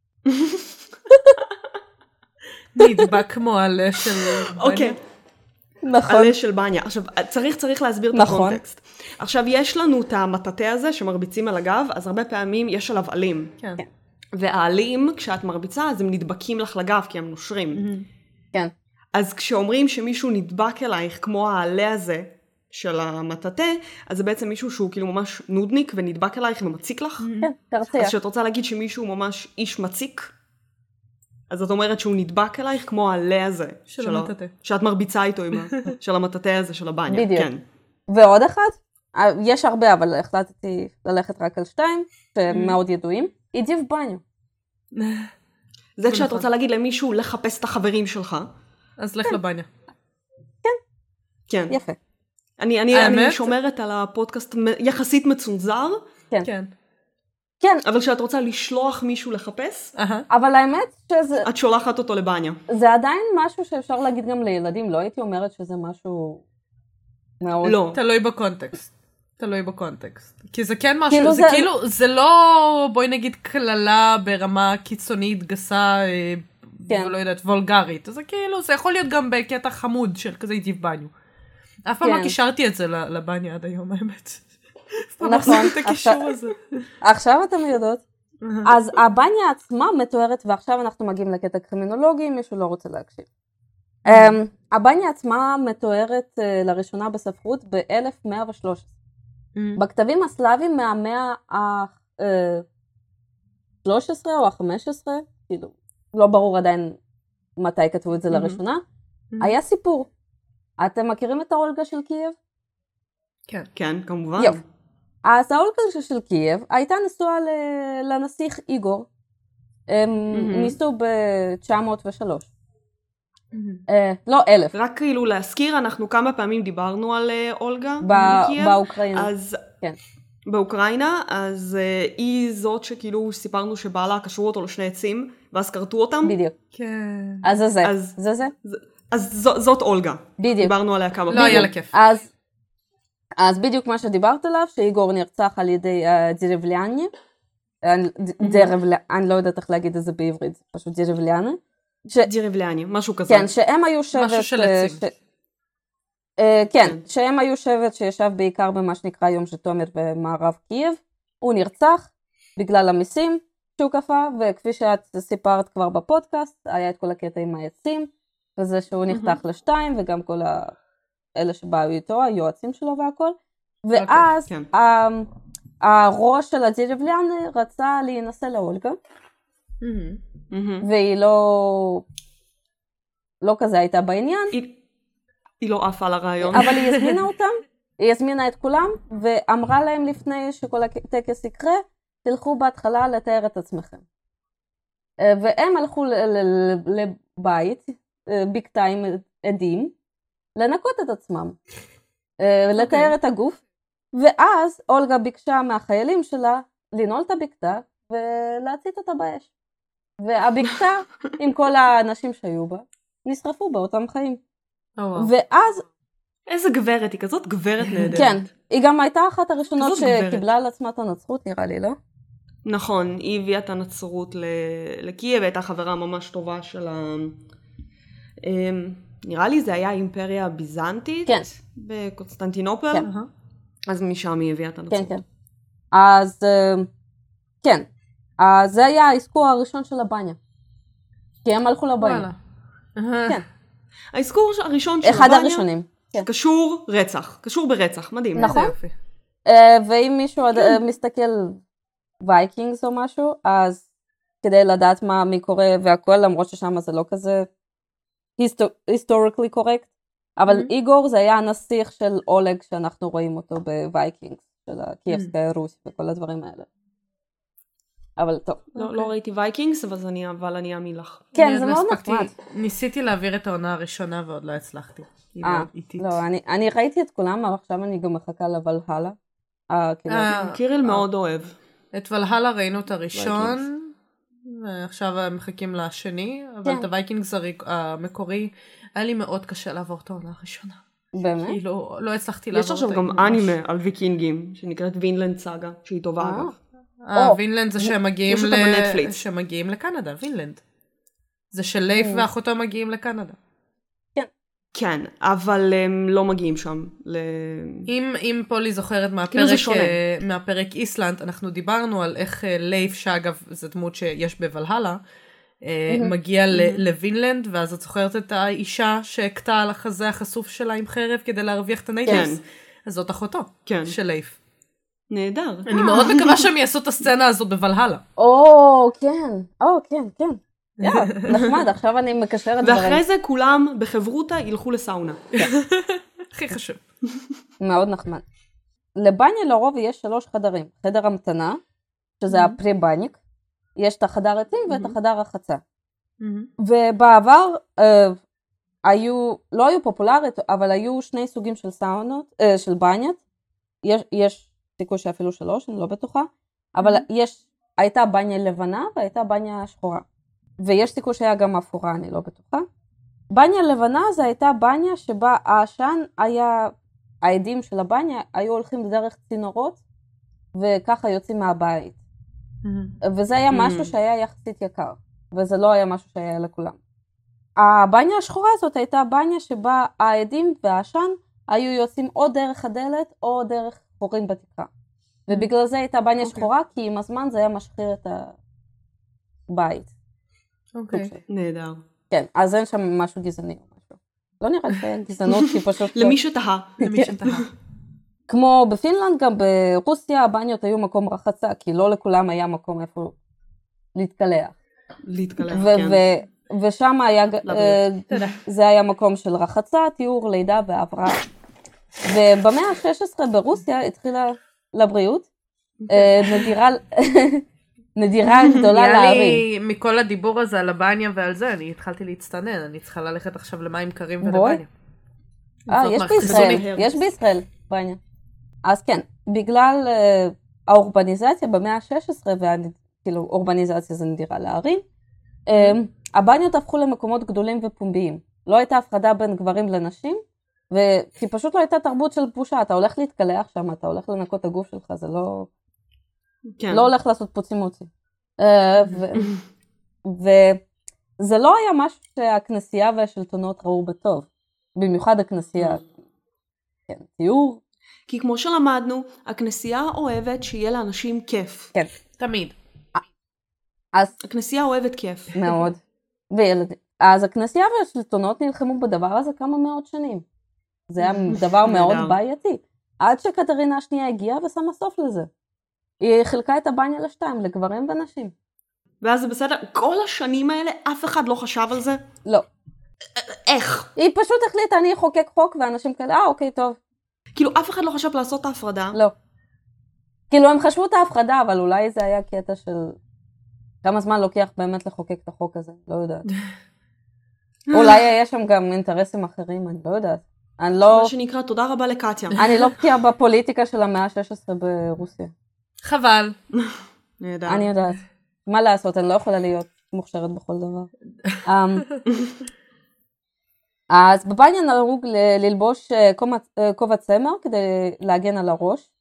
Speaker 1: נדבק כמו עלה של בניה.
Speaker 3: אוקיי.
Speaker 2: נכון.
Speaker 3: עלה של בניה. עכשיו, צריך, צריך להסביר את
Speaker 2: נכון.
Speaker 3: הקונטקסט. עכשיו, יש לנו את המטאטא הזה שמרביצים על הגב, אז הרבה פעמים יש עליו עלים.
Speaker 1: כן.
Speaker 3: והעלים, כשאת מרביצה, אז הם נדבקים לך לגב, כי הם נושרים.
Speaker 2: כן.
Speaker 3: אז כשאומרים שמישהו נדבק אלייך, כמו העלה הזה של המטאטא, אז זה בעצם מישהו שהוא כאילו ממש נודניק, ונדבק אלייך ומציק לך.
Speaker 2: כן, תרציע.
Speaker 3: אז שאת רוצה להגיד שמישהו ממש איש מציק, אז את אומרת שהוא נדבק אלייך כמו העלה הזה.
Speaker 1: של המטאטא.
Speaker 3: שאת מרביצה איתו עם ה... של המטאטא הזה, של הבניה.
Speaker 2: בדיוק.
Speaker 3: כן.
Speaker 2: ועוד אחד, יש הרבה, אבל החלטתי ללכת רק על שתיים, שהם מאוד ידועים. עידיב בניה.
Speaker 3: זה כשאת רוצה להגיד למישהו לחפש את החברים שלך.
Speaker 1: אז לך לבניה.
Speaker 3: כן.
Speaker 2: יפה.
Speaker 3: אני, אני, אני שומרת על הפודקאסט יחסית מצונזר.
Speaker 2: כן.
Speaker 1: כן.
Speaker 2: כן.
Speaker 3: אבל כשאת רוצה לשלוח מישהו לחפש,
Speaker 2: אבל האמת שזה...
Speaker 3: את שולחת אותו לבניה.
Speaker 2: זה עדיין משהו שאפשר להגיד גם לילדים, לא הייתי אומרת שזה משהו מאוד...
Speaker 3: לא.
Speaker 1: תלוי בקונטקסט. תלוי בקונטקסט. כי זה כן משהו,
Speaker 2: כאילו
Speaker 1: זה,
Speaker 2: זה
Speaker 1: כאילו, זה לא, בואי נגיד, כללה ברמה קיצונית, גסה,
Speaker 2: כן.
Speaker 1: ולא יודעת, וולגרית. זה כאילו, זה יכול להיות גם בקטע חמוד של כזה עידיב בניו. אף פעם לא קישרתי את זה לבניה עד היום, האמת.
Speaker 2: נכון.
Speaker 1: את הקישור הזה.
Speaker 2: עכשיו אתם יודעות. אז הבניה עצמה מתוארת, ועכשיו אנחנו מגיעים לקטע קרימינולוגי, מישהו לא רוצה להקשיב. הבניה עצמה מתוארת לראשונה בספרות ב-אלף מאה ושלוש עשרה. בכתבים הסלאביים מהמאה ה-שלוש עשרה או ה-חמש עשרה, כאילו, לא ברור עדיין מתי כתבו את זה לראשונה, היה סיפור. אתם מכירים את האולגה של קייב?
Speaker 1: כן.
Speaker 3: כן, כמובן.
Speaker 2: יופי. אז האולגה של קייב הייתה נשואה לנסיך איגור. הם ניסו ב-תשע מאות ושלוש. לא, אלף.
Speaker 3: רק כאילו להזכיר, אנחנו כמה פעמים דיברנו על אולגה
Speaker 2: מקייב. באוקראינה.
Speaker 3: אז...
Speaker 2: כן.
Speaker 3: באוקראינה, אז היא זאת שכאילו סיפרנו שבעלה קשרו אותו לשני עצים, ואז קרטו אותם.
Speaker 2: בדיוק.
Speaker 1: כן.
Speaker 2: אז זה זה. זה זה.
Speaker 3: אז זאת אולגה.
Speaker 2: בדיוק.
Speaker 3: דיברנו עליה כמה.
Speaker 1: לא היה לה כיף.
Speaker 2: אז, אז בדיוק מה שדיברת עליו, שאיגור נרצח על ידי דירבליאני, אני לא יודעת איך להגיד את זה בעברית, פשוט דירבליאני.
Speaker 3: דירבליאני, משהו כזה.
Speaker 2: כן, שהם היו שבט...
Speaker 1: משהו של עצים.
Speaker 2: כן, שהם היו שבט שישב בעיקר במה שנקרא יום ז'יטומיר במערב קייב. הוא נרצח בגלל המיסים שהוא כפה, וכפי שאת סיפרת כבר בפודקאסט, היה את כל הקטע עם העצים, וזה שהוא נחתך לשתיים, וגם כל אלה שבאו איתו, היועצים שלו והכל. ואז הראש של הדירבליאני רצה להינשא לאולגה, והיא לא לא כזה הייתה בעניין.
Speaker 3: היא לא עפה על הרעיון.
Speaker 2: אבל היא הזמינה אותם, היא הזמינה את כולם, ואמרה להם לפני שכל הטקס יקרה, תלכו בהתחלה לתאר את עצמכם. והם הלכו לבית, בקתה עם עדים, לנקות את עצמם, לתאר את הגוף, ואז אולגה ביקשה מהחיילים שלה לנעול את הבקתה ולהצית אותה באש. והבקתה עם כל האנשים שהיו בה, נשרפו באותם חיים. ואז...
Speaker 3: איזה גברת, היא כזאת גברת נהדרת.
Speaker 2: כן, היא גם הייתה אחת הראשונות שקיבלה על עצמה את הנצרות, נראה לי, לא?
Speaker 3: נכון, היא הביאה את הנצרות לקייב, הייתה חברה ממש טובה של ה... נראה לי זה היה האימפריה הביזנטית,
Speaker 2: כן.
Speaker 3: בקונסטנטינופל,
Speaker 2: כן.
Speaker 3: אז משם היא הביאה את הנצרות.
Speaker 2: כן, כן. אז כן, אז זה היה האזכור הראשון של הבניה, כי הם הלכו לבניה. כן.
Speaker 3: האזכור הראשון של
Speaker 2: אחד
Speaker 3: הבניה,
Speaker 2: הראשונים.
Speaker 3: כן. קשור רצח, קשור ברצח, מדהים.
Speaker 2: נכון. ואם מישהו מסתכל וייקינגס או משהו, אז כדי לדעת מה מי קורה והכל, למרות ששם זה לא כזה היסטוריקלי קורקט, אבל איגור זה היה הנסיך של אולג שאנחנו רואים אותו בווייקינגס, של הקייבסקה רוס וכל הדברים האלה. אבל טוב.
Speaker 3: לא, לא ראיתי וייקינגס, אבל אני, אבל אני אאמין לך.
Speaker 2: כן, זה מאוד נחמד.
Speaker 1: ניסיתי להעביר את העונה הראשונה ועוד לא הצלחתי.
Speaker 2: אה, לא, אני, אני ראיתי את כולם, אבל עכשיו אני גם מחכה לוולהלה. אה, כאילו.
Speaker 3: קיריל מאוד אוהב.
Speaker 1: את ולהלה ראינו את הראשון, ועכשיו מחכים לשני, אבל את הווייקינגס המקורי, היה לי מאוד קשה לעבור את העונה הראשונה.
Speaker 2: באמת?
Speaker 1: כאילו, לא הצלחתי לעבור
Speaker 3: יש עכשיו גם אנימה על ויקינגים, שנקראת וינלנד סאגה, שהיא טובה אגב.
Speaker 1: אה, וינלנד זה שמגיעים לקנדה, וינלנד. זה שלייף ואחותו מגיעים לקנדה.
Speaker 3: כן, אבל הם לא מגיעים שם.
Speaker 1: אם, אם פולי זוכרת מהפרק, מהפרק איסלנד, אנחנו דיברנו על איך לייף, שאגב, זו דמות שיש בוולהלה, מגיע לווינלנד, ואז את זוכרת את האישה שהקטה על החזה החשוף שלה עם חרב כדי להרוויח את הנייטיבס. אז זאת אחותו של לייף.
Speaker 3: נהדר.
Speaker 1: אני מאוד מקווה שהם יעשו את הסצנה הזו בוולהלה.
Speaker 2: או, כן. או, כן, כן. נחמד, עכשיו אני מקשרת דברים.
Speaker 3: ואחרי זה כולם בחברותה ילכו לסאונה.
Speaker 1: הכי חשוב.
Speaker 2: מאוד נחמד. לבניה לרוב יש שלוש חדרים. חדר המתנה, שזה הפרי-בניק, יש את החדר עצים ואת החדר החצה. ובעבר היו, לא היו פופולרית, אבל היו שני סוגים של סאונות, של בניית. יש סיכוי שאפילו שלוש, אני לא בטוחה, אבל יש, הייתה בניה לבנה והייתה בניה שחורה. ויש סיכוי שהיה גם אפורה, אני לא בטוחה. בניה לבנה זה הייתה בניה שבה העשן היה, העדים של הבניה היו הולכים דרך צינורות, וככה יוצאים מהבית. Mm-hmm. וזה היה משהו שהיה יחסית יקר, וזה לא היה משהו שהיה לכולם. הבניה השחורה הזאת הייתה בניה שבה העדים והעשן היו יוצאים או דרך הדלת או דרך חורים בתקרה. ובגלל זה הייתה בניה okay. שחורה, כי עם הזמן זה היה משחיר את הבית.
Speaker 3: אוקיי, נהדר.
Speaker 2: כן, אז אין שם משהו גזעני או משהו. לא נראה שאין גזענות, כי פשוט...
Speaker 3: למי שתהה. למי שתהה.
Speaker 2: כמו בפינלנד, גם ברוסיה, הבניות היו מקום רחצה, כי לא לכולם היה מקום איפה להתקלח.
Speaker 3: להתקלח, כן.
Speaker 2: ושם היה, זה היה מקום של רחצה, תיאור, לידה והבראה. ובמאה ה-שש עשרה ברוסיה התחילה לבריאות, נדירה... נדירה גדולה להרים.
Speaker 1: מכל הדיבור הזה על הבניה ועל זה, אני התחלתי להצטנן, אני צריכה ללכת עכשיו למים קרים ולבניה.
Speaker 2: אה, יש בישראל, יש בישראל בניה. אז כן, בגלל האורבניזציה במאה ה-שש עשרה, וכאילו אורבניזציה זה נדירה להרים, הבניות הפכו למקומות גדולים ופומביים. לא הייתה הפרדה בין גברים לנשים, כי פשוט לא הייתה תרבות של בושה, אתה הולך להתקלח שם, אתה הולך לנקות את הגוף שלך, זה לא... כן. לא הולך לעשות פוצימוצי. וזה לא היה משהו שהכנסייה והשלטונות ראו בטוב. במיוחד הכנסייה. כן, תיאור.
Speaker 3: כי כמו שלמדנו, הכנסייה אוהבת שיהיה לאנשים כיף.
Speaker 2: כן.
Speaker 1: תמיד.
Speaker 2: אז...
Speaker 3: הכנסייה אוהבת כיף.
Speaker 2: מאוד. וילדים. אז הכנסייה והשלטונות נלחמו בדבר הזה כמה מאות שנים. זה היה דבר מאוד בעייתי. עד שקטרינה השנייה הגיעה ושמה סוף לזה. היא חילקה את הבניה לשתיים, לגברים ונשים.
Speaker 3: ואז זה בסדר? כל השנים האלה אף אחד לא חשב על זה?
Speaker 2: לא.
Speaker 3: איך?
Speaker 2: היא פשוט החליטה, אני אחוקק חוק, ואנשים כאלה, אה, אוקיי, טוב.
Speaker 3: כאילו, אף אחד לא חשב לעשות את ההפרדה?
Speaker 2: לא. כאילו, הם חשבו את ההפרדה, אבל אולי זה היה קטע של... כמה זמן לוקח באמת לחוקק את החוק הזה, לא יודעת. אולי יש שם גם אינטרסים אחרים, אני לא יודעת. אני לא...
Speaker 3: מה שנקרא, תודה רבה לקטיה.
Speaker 2: אני לא בקיאה בפוליטיקה של המאה ה-שש עשרה ברוסיה.
Speaker 1: חבל.
Speaker 3: נהדר.
Speaker 2: אני יודעת. מה לעשות, אני לא יכולה להיות מוכשרת בכל דבר. אז בבניה נהוג ללבוש כובע צמר כדי להגן על הראש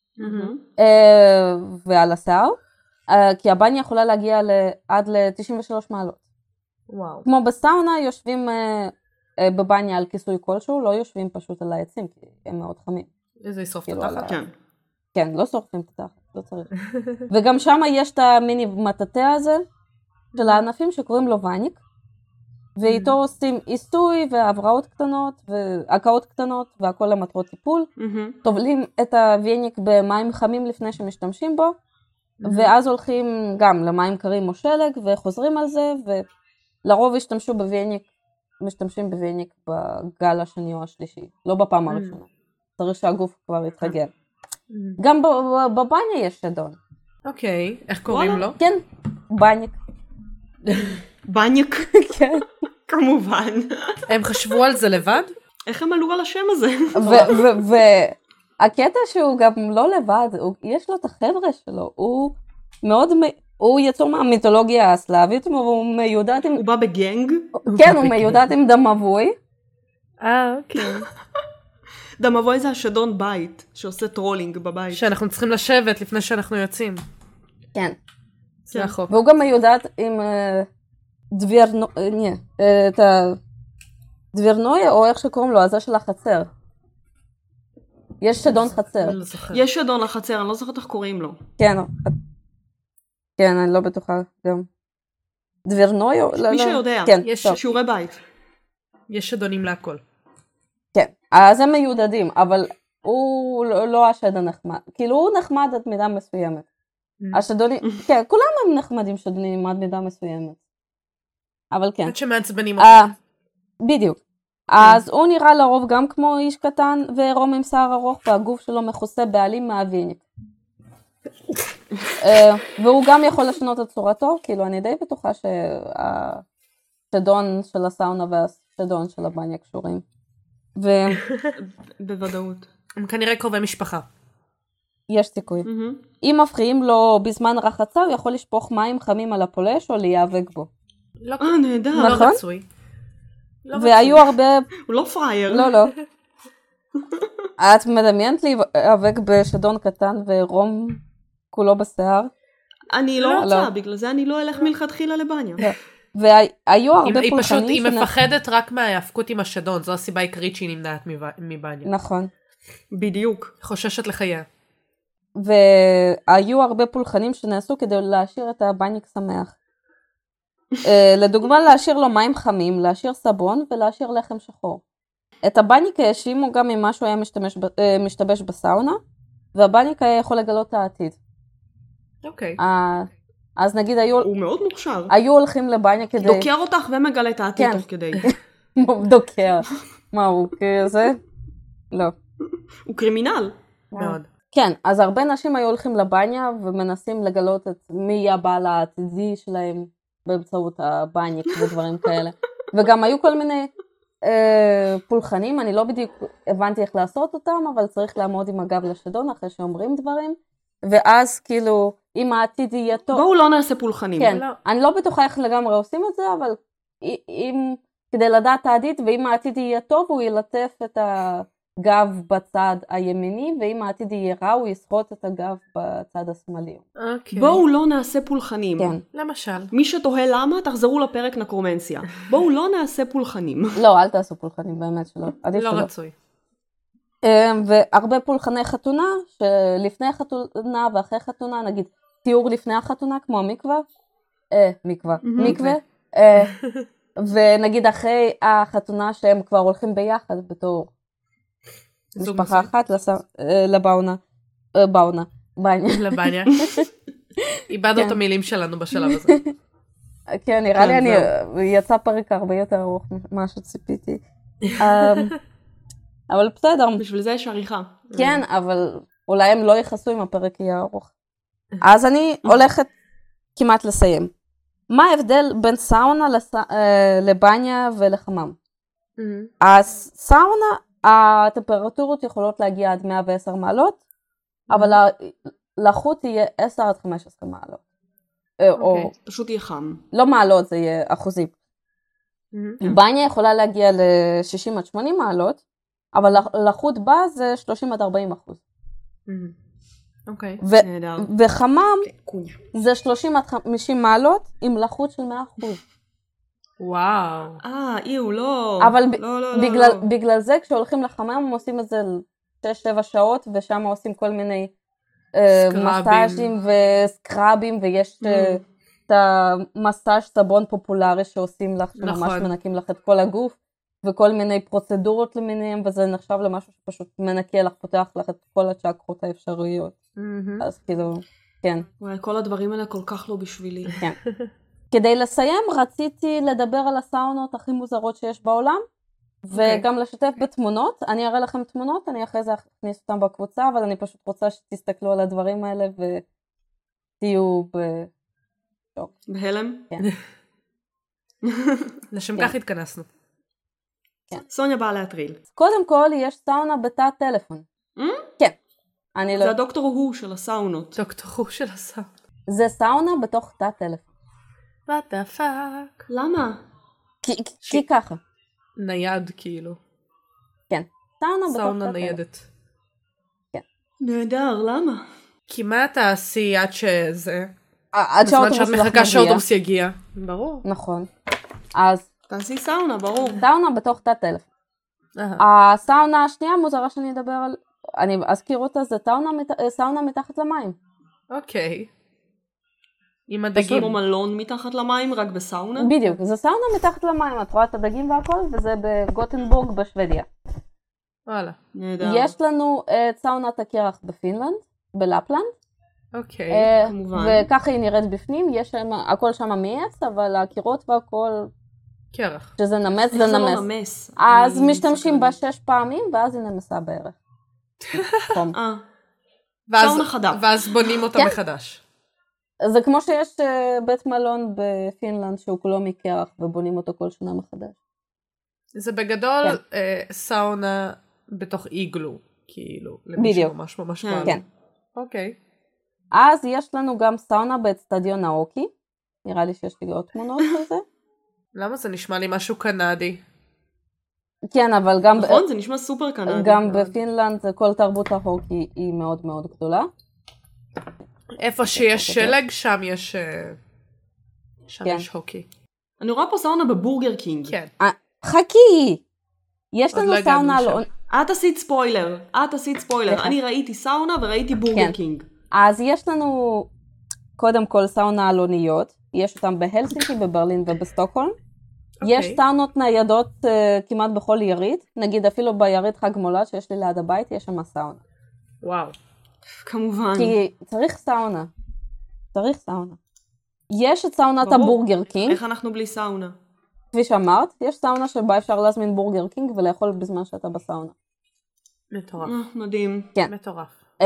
Speaker 2: ועל השיער, כי הבניה יכולה להגיע עד ל-תשעים ושלוש מעלות.
Speaker 1: וואו.
Speaker 2: כמו בסאונה יושבים בבניה על כיסוי כלשהו, לא יושבים פשוט על העצים, כי הם מאוד חמים.
Speaker 1: איזה ישרוף את התחת.
Speaker 3: כן.
Speaker 2: כן, לא שורפים את התחת, לא צריך. וגם שם יש את המיני מטאטא הזה, של הענפים שקוראים לו וניק, ואיתו עושים עיסוי והבראות קטנות, והקאות קטנות, והכל למטרות טיפול. טובלים את הווניק במים חמים לפני שמשתמשים בו, ואז הולכים גם למים קרים או שלג, וחוזרים על זה, ולרוב השתמשו בווניק, משתמשים בווניק בגל השני או השלישי, לא בפעם הראשונה. צריך שהגוף כבר יתרגל. גם בבניה יש שדון.
Speaker 1: אוקיי, איך קוראים לו?
Speaker 2: כן, בניק.
Speaker 3: בניק?
Speaker 2: כן.
Speaker 3: כמובן.
Speaker 1: הם חשבו על זה לבד?
Speaker 3: איך הם עלו על השם הזה?
Speaker 2: והקטע שהוא גם לא לבד, יש לו את החבר'ה שלו, הוא מאוד, הוא יצור מהמיתולוגיה הסלאבית, והוא מיודד עם...
Speaker 3: הוא בא בגנג?
Speaker 2: כן, הוא מיודד עם דמבוי.
Speaker 1: אה, אוקיי.
Speaker 3: דמבוי זה השדון בית, שעושה טרולינג בבית.
Speaker 1: שאנחנו צריכים לשבת לפני שאנחנו יוצאים.
Speaker 2: כן.
Speaker 1: זה החוק.
Speaker 2: והוא גם מיודד עם דבירנו... את הדבירנויה, או איך שקוראים לו, הזה של החצר. יש שדון חצר.
Speaker 3: יש שדון לחצר, אני לא זוכרת איך קוראים לו.
Speaker 2: כן, כן, אני לא בטוחה גם. דבירנויה?
Speaker 3: מי שיודע, יש שיעורי בית.
Speaker 1: יש שדונים להכל.
Speaker 2: כן, אז הם מיודדים, אבל הוא לא השד הנחמד. כאילו הוא נחמד עד מידה מסוימת. השדונים, כן, כולם הם נחמדים שדונים עד מידה מסוימת. אבל כן.
Speaker 1: עד שמעצבנים אותם.
Speaker 2: בדיוק. אז הוא נראה לרוב גם כמו איש קטן ועירום עם שיער ארוך, והגוף שלו מכוסה בעלים מהוויניק. והוא גם יכול לשנות את צורתו, כאילו אני די בטוחה שהשדון של הסאונה והשדון של הבניה קשורים.
Speaker 3: בוודאות.
Speaker 1: הם כנראה קרובי משפחה.
Speaker 2: יש סיכוי. אם מפריעים לו בזמן רחצה, הוא יכול לשפוך מים חמים על הפולש או להיאבק בו.
Speaker 3: אה, נהדר.
Speaker 1: לא רצוי.
Speaker 2: והיו הרבה...
Speaker 3: הוא לא פרייר.
Speaker 2: לא, לא. את מדמיינת להיאבק בשדון קטן ועירום כולו בשיער?
Speaker 3: אני לא רוצה, בגלל זה אני לא אלך מלכתחילה לבניה.
Speaker 2: והיו הרבה פולחנים...
Speaker 1: היא פשוט, היא מפחדת רק מההאבקות עם השדון, זו הסיבה העיקרית שהיא נמנעת מבניה.
Speaker 2: נכון.
Speaker 3: בדיוק.
Speaker 1: חוששת לחייה.
Speaker 2: והיו הרבה פולחנים שנעשו כדי להשאיר את הבניק שמח. לדוגמה, להשאיר לו מים חמים, להשאיר סבון ולהשאיר לחם שחור. את הבניק האשימו גם אם משהו היה משתמש, משתבש בסאונה, והבניק היה יכול לגלות את העתיד.
Speaker 1: אוקיי.
Speaker 2: אז נגיד היו...
Speaker 3: הוא מאוד מוכשר.
Speaker 2: היו הולכים לבניה כדי...
Speaker 3: דוקר אותך ומגלה את העתיד תוך כדי.
Speaker 2: דוקר. מה הוא כזה? לא.
Speaker 3: הוא קרימינל.
Speaker 1: מאוד.
Speaker 2: כן, אז הרבה נשים היו הולכים לבניה ומנסים לגלות את מי יהיה הבעל העתידי שלהם באמצעות הבניק ודברים כאלה. וגם היו כל מיני אה, פולחנים, אני לא בדיוק הבנתי איך לעשות אותם, אבל צריך לעמוד עם הגב לשדון אחרי שאומרים דברים, ואז כאילו, אם העתיד יהיה טוב...
Speaker 3: בואו לא נעשה פולחנים.
Speaker 2: כן,
Speaker 1: לא.
Speaker 2: אני לא בטוחה איך לגמרי עושים את זה, אבל אם, כדי לדעת העתיד, ואם העתיד יהיה טוב, הוא ילטף את הגב בצד הימיני, ואם העתיד יהיה רע, הוא יסחוט את הגב בצד השמאלי.
Speaker 1: אוקיי.
Speaker 3: בואו לא נעשה פולחנים.
Speaker 2: כן.
Speaker 1: למשל.
Speaker 3: מי שתוהה למה, תחזרו לפרק נקרומנסיה. בואו לא נעשה פולחנים.
Speaker 2: לא, אל תעשו פולחנים, באמת שלא. עדיף
Speaker 1: לא
Speaker 2: שלא.
Speaker 1: רצוי.
Speaker 2: והרבה פולחני חתונה, שלפני חתונה ואחרי חתונה, נגיד תיאור לפני החתונה, כמו המקווה, אה, מקווה, מקווה, אה, ונגיד אחרי החתונה שהם כבר הולכים ביחד בתור משפחה אחת לבאונה, באונה, בניה.
Speaker 1: לבניה. איבדנו את המילים שלנו בשלב הזה.
Speaker 2: כן, נראה לי אני, יצא פרק הרבה יותר ארוך ממה שציפיתי. אבל בסדר.
Speaker 3: בשביל זה יש עריכה.
Speaker 2: כן, אבל אולי הם לא יחסו אם הפרק יהיה ארוך. אז אני הולכת כמעט לסיים. מה ההבדל בין סאונה לבניה ולחמם? אז סאונה, הטמפרטורות יכולות להגיע עד מאה ועשר מעלות, אבל הלחות תהיה עשר עד חמש עשרה מעלות.
Speaker 3: פשוט יהיה חם.
Speaker 2: לא מעלות, זה יהיה אחוזים. בניה יכולה להגיע ל-שישים עד שמונים מעלות, אבל לחות בה זה שלושים עד ארבעים אחוז.
Speaker 1: אוקיי.
Speaker 2: וחמם זה שלושים עד חמישים מעלות עם לחות של מאה אחוז.
Speaker 1: וואו.
Speaker 3: אה, איו, לא.
Speaker 2: אבל בגלל זה כשהולכים לחמם הם עושים את זה שש שבע שעות, ושם עושים כל מיני מסאז'ים וסקראבים, ויש את המסאז' סבון פופולרי שעושים לך, שממש מנקים לך את כל הגוף. וכל מיני פרוצדורות למיניהם, וזה נחשב למשהו שפשוט מנקה לך, פותח לך את כל הצ'קרות האפשריות. אז כאילו, כן.
Speaker 3: וואי, כל הדברים האלה כל כך לא בשבילי.
Speaker 2: כן. כדי לסיים, רציתי לדבר על הסאונות הכי מוזרות שיש בעולם, וגם לשתף בתמונות. אני אראה לכם תמונות, אני אחרי זה אכניס אותם בקבוצה, אבל אני פשוט רוצה שתסתכלו על הדברים האלה, תהיו ב...
Speaker 3: בהלם?
Speaker 2: כן.
Speaker 1: לשם
Speaker 2: כן.
Speaker 1: כך התכנסנו.
Speaker 3: סוניה באה להטריל.
Speaker 2: קודם כל, יש סאונה בתא הטלפון.
Speaker 3: Mm?
Speaker 2: כן. אני לא...
Speaker 3: זה הדוקטור הוא של הסאונות.
Speaker 1: דוקטור הוא של הסאונד.
Speaker 2: זה סאונה בתוך תא טלפון.
Speaker 1: What the fuck?
Speaker 3: למה?
Speaker 2: כי, כי ככה.
Speaker 1: נייד כאילו.
Speaker 2: כן. סאונה בתוך תא
Speaker 1: סאונה
Speaker 2: טלפון.
Speaker 1: ניידת.
Speaker 3: נהדר, למה?
Speaker 1: כי מה תעשי עד שזה?
Speaker 2: עד
Speaker 1: בזמן
Speaker 2: שהאוטובוס
Speaker 1: שאת
Speaker 2: שלך
Speaker 1: מחכה
Speaker 2: מגיע.
Speaker 1: שהאוטובוס יגיע. ברור.
Speaker 2: נכון. אז
Speaker 3: תעשי סאונה, ברור.
Speaker 2: סאונה בתוך תא טלפון.
Speaker 1: אהה.
Speaker 2: הסאונה השנייה מוזרה שאני אדבר על... אני אזכיר אותה, זה סאונה, סאונה מתחת למים.
Speaker 1: אוקיי. עם
Speaker 3: פשוט
Speaker 1: הדגים.
Speaker 3: כמו מלון מתחת למים, רק בסאונה?
Speaker 2: בדיוק, זה סאונה מתחת למים, את רואה את הדגים והכל, וזה בגוטנבורג בשוודיה.
Speaker 1: וואלה.
Speaker 3: נהדר.
Speaker 2: יש לנו את סאונת הקרח בפינלנד, בלפלנד,
Speaker 1: אוקיי.
Speaker 2: אה,
Speaker 3: כמובן.
Speaker 2: וככה היא נראית בפנים, יש שם, הכל שם מעץ, אבל הקירות והכל,
Speaker 1: קרח.
Speaker 2: שזה נמס,
Speaker 3: איך
Speaker 2: זה
Speaker 3: זה לא
Speaker 2: נמס.
Speaker 3: נמס?
Speaker 2: אז
Speaker 3: אני
Speaker 2: משתמשים
Speaker 3: מסתכלת.
Speaker 2: בה שש פעמים, ואז היא נמסה בערך. חום.
Speaker 3: אה,
Speaker 1: ואז-
Speaker 3: סאונה חדה.
Speaker 1: ואז בונים אותה
Speaker 2: כן.
Speaker 1: מחדש.
Speaker 2: זה כמו שיש אה, בית מלון בפינלנד שהוא כולו מקרח, ובונים אותו כל שנה מחדש.
Speaker 1: זה בגדול
Speaker 2: כן.
Speaker 1: אה, סאונה בתוך איגלו. כאילו. למי
Speaker 2: בדיוק.
Speaker 1: שממש ממש
Speaker 3: כן.
Speaker 1: בא לו.
Speaker 2: כן.
Speaker 1: אוקיי.
Speaker 2: אז יש לנו גם סאונה באצטדיון האוקי, נראה לי שיש לי עוד תמונות על זה.
Speaker 1: למה זה נשמע לי משהו קנדי?
Speaker 2: כן, אבל גם,
Speaker 3: נכון, זה נשמע סופר קנדי.
Speaker 2: גם בפינלנד כל תרבות ההוקי היא מאוד מאוד גדולה.
Speaker 1: איפה שיש שלג, שם יש... אה, שם
Speaker 2: כן.
Speaker 1: יש הוקי.
Speaker 3: אני רואה פה סאונה בבורגר קינג.
Speaker 1: כן.
Speaker 2: חכי! יש
Speaker 1: עוד
Speaker 2: לנו
Speaker 1: לא הגענו
Speaker 2: סאונה על...
Speaker 1: לשם.
Speaker 3: את עשית ספוילר, את עשית ספוילר.
Speaker 2: סליחה.
Speaker 3: אני ראיתי סאונה וראיתי בורגר
Speaker 2: כן.
Speaker 3: קינג.
Speaker 2: אז יש לנו קודם כל סאונה על אוניות, יש אותם בהלסינקי, בברלין ובסטוקהולם. יש
Speaker 1: אוקיי.
Speaker 2: סאונות ניידות uh, כמעט בכל יריד, נגיד אפילו ביריד חג מולד שיש לי ליד הבית, יש שם סאונה.
Speaker 1: וואו.
Speaker 3: כמובן.
Speaker 2: כי צריך סאונה. צריך סאונה. יש את סאונת
Speaker 3: ברור.
Speaker 2: הבורגר קינג,
Speaker 3: איך אנחנו בלי סאונה?
Speaker 2: כפי שאמרת, יש סאונה שבה אפשר להזמין בורגר קינג ולאכול בזמן שאתה בסאונה.
Speaker 1: מטורף.
Speaker 3: אה, מדהים.
Speaker 2: כן.
Speaker 1: מטורף.
Speaker 2: Um,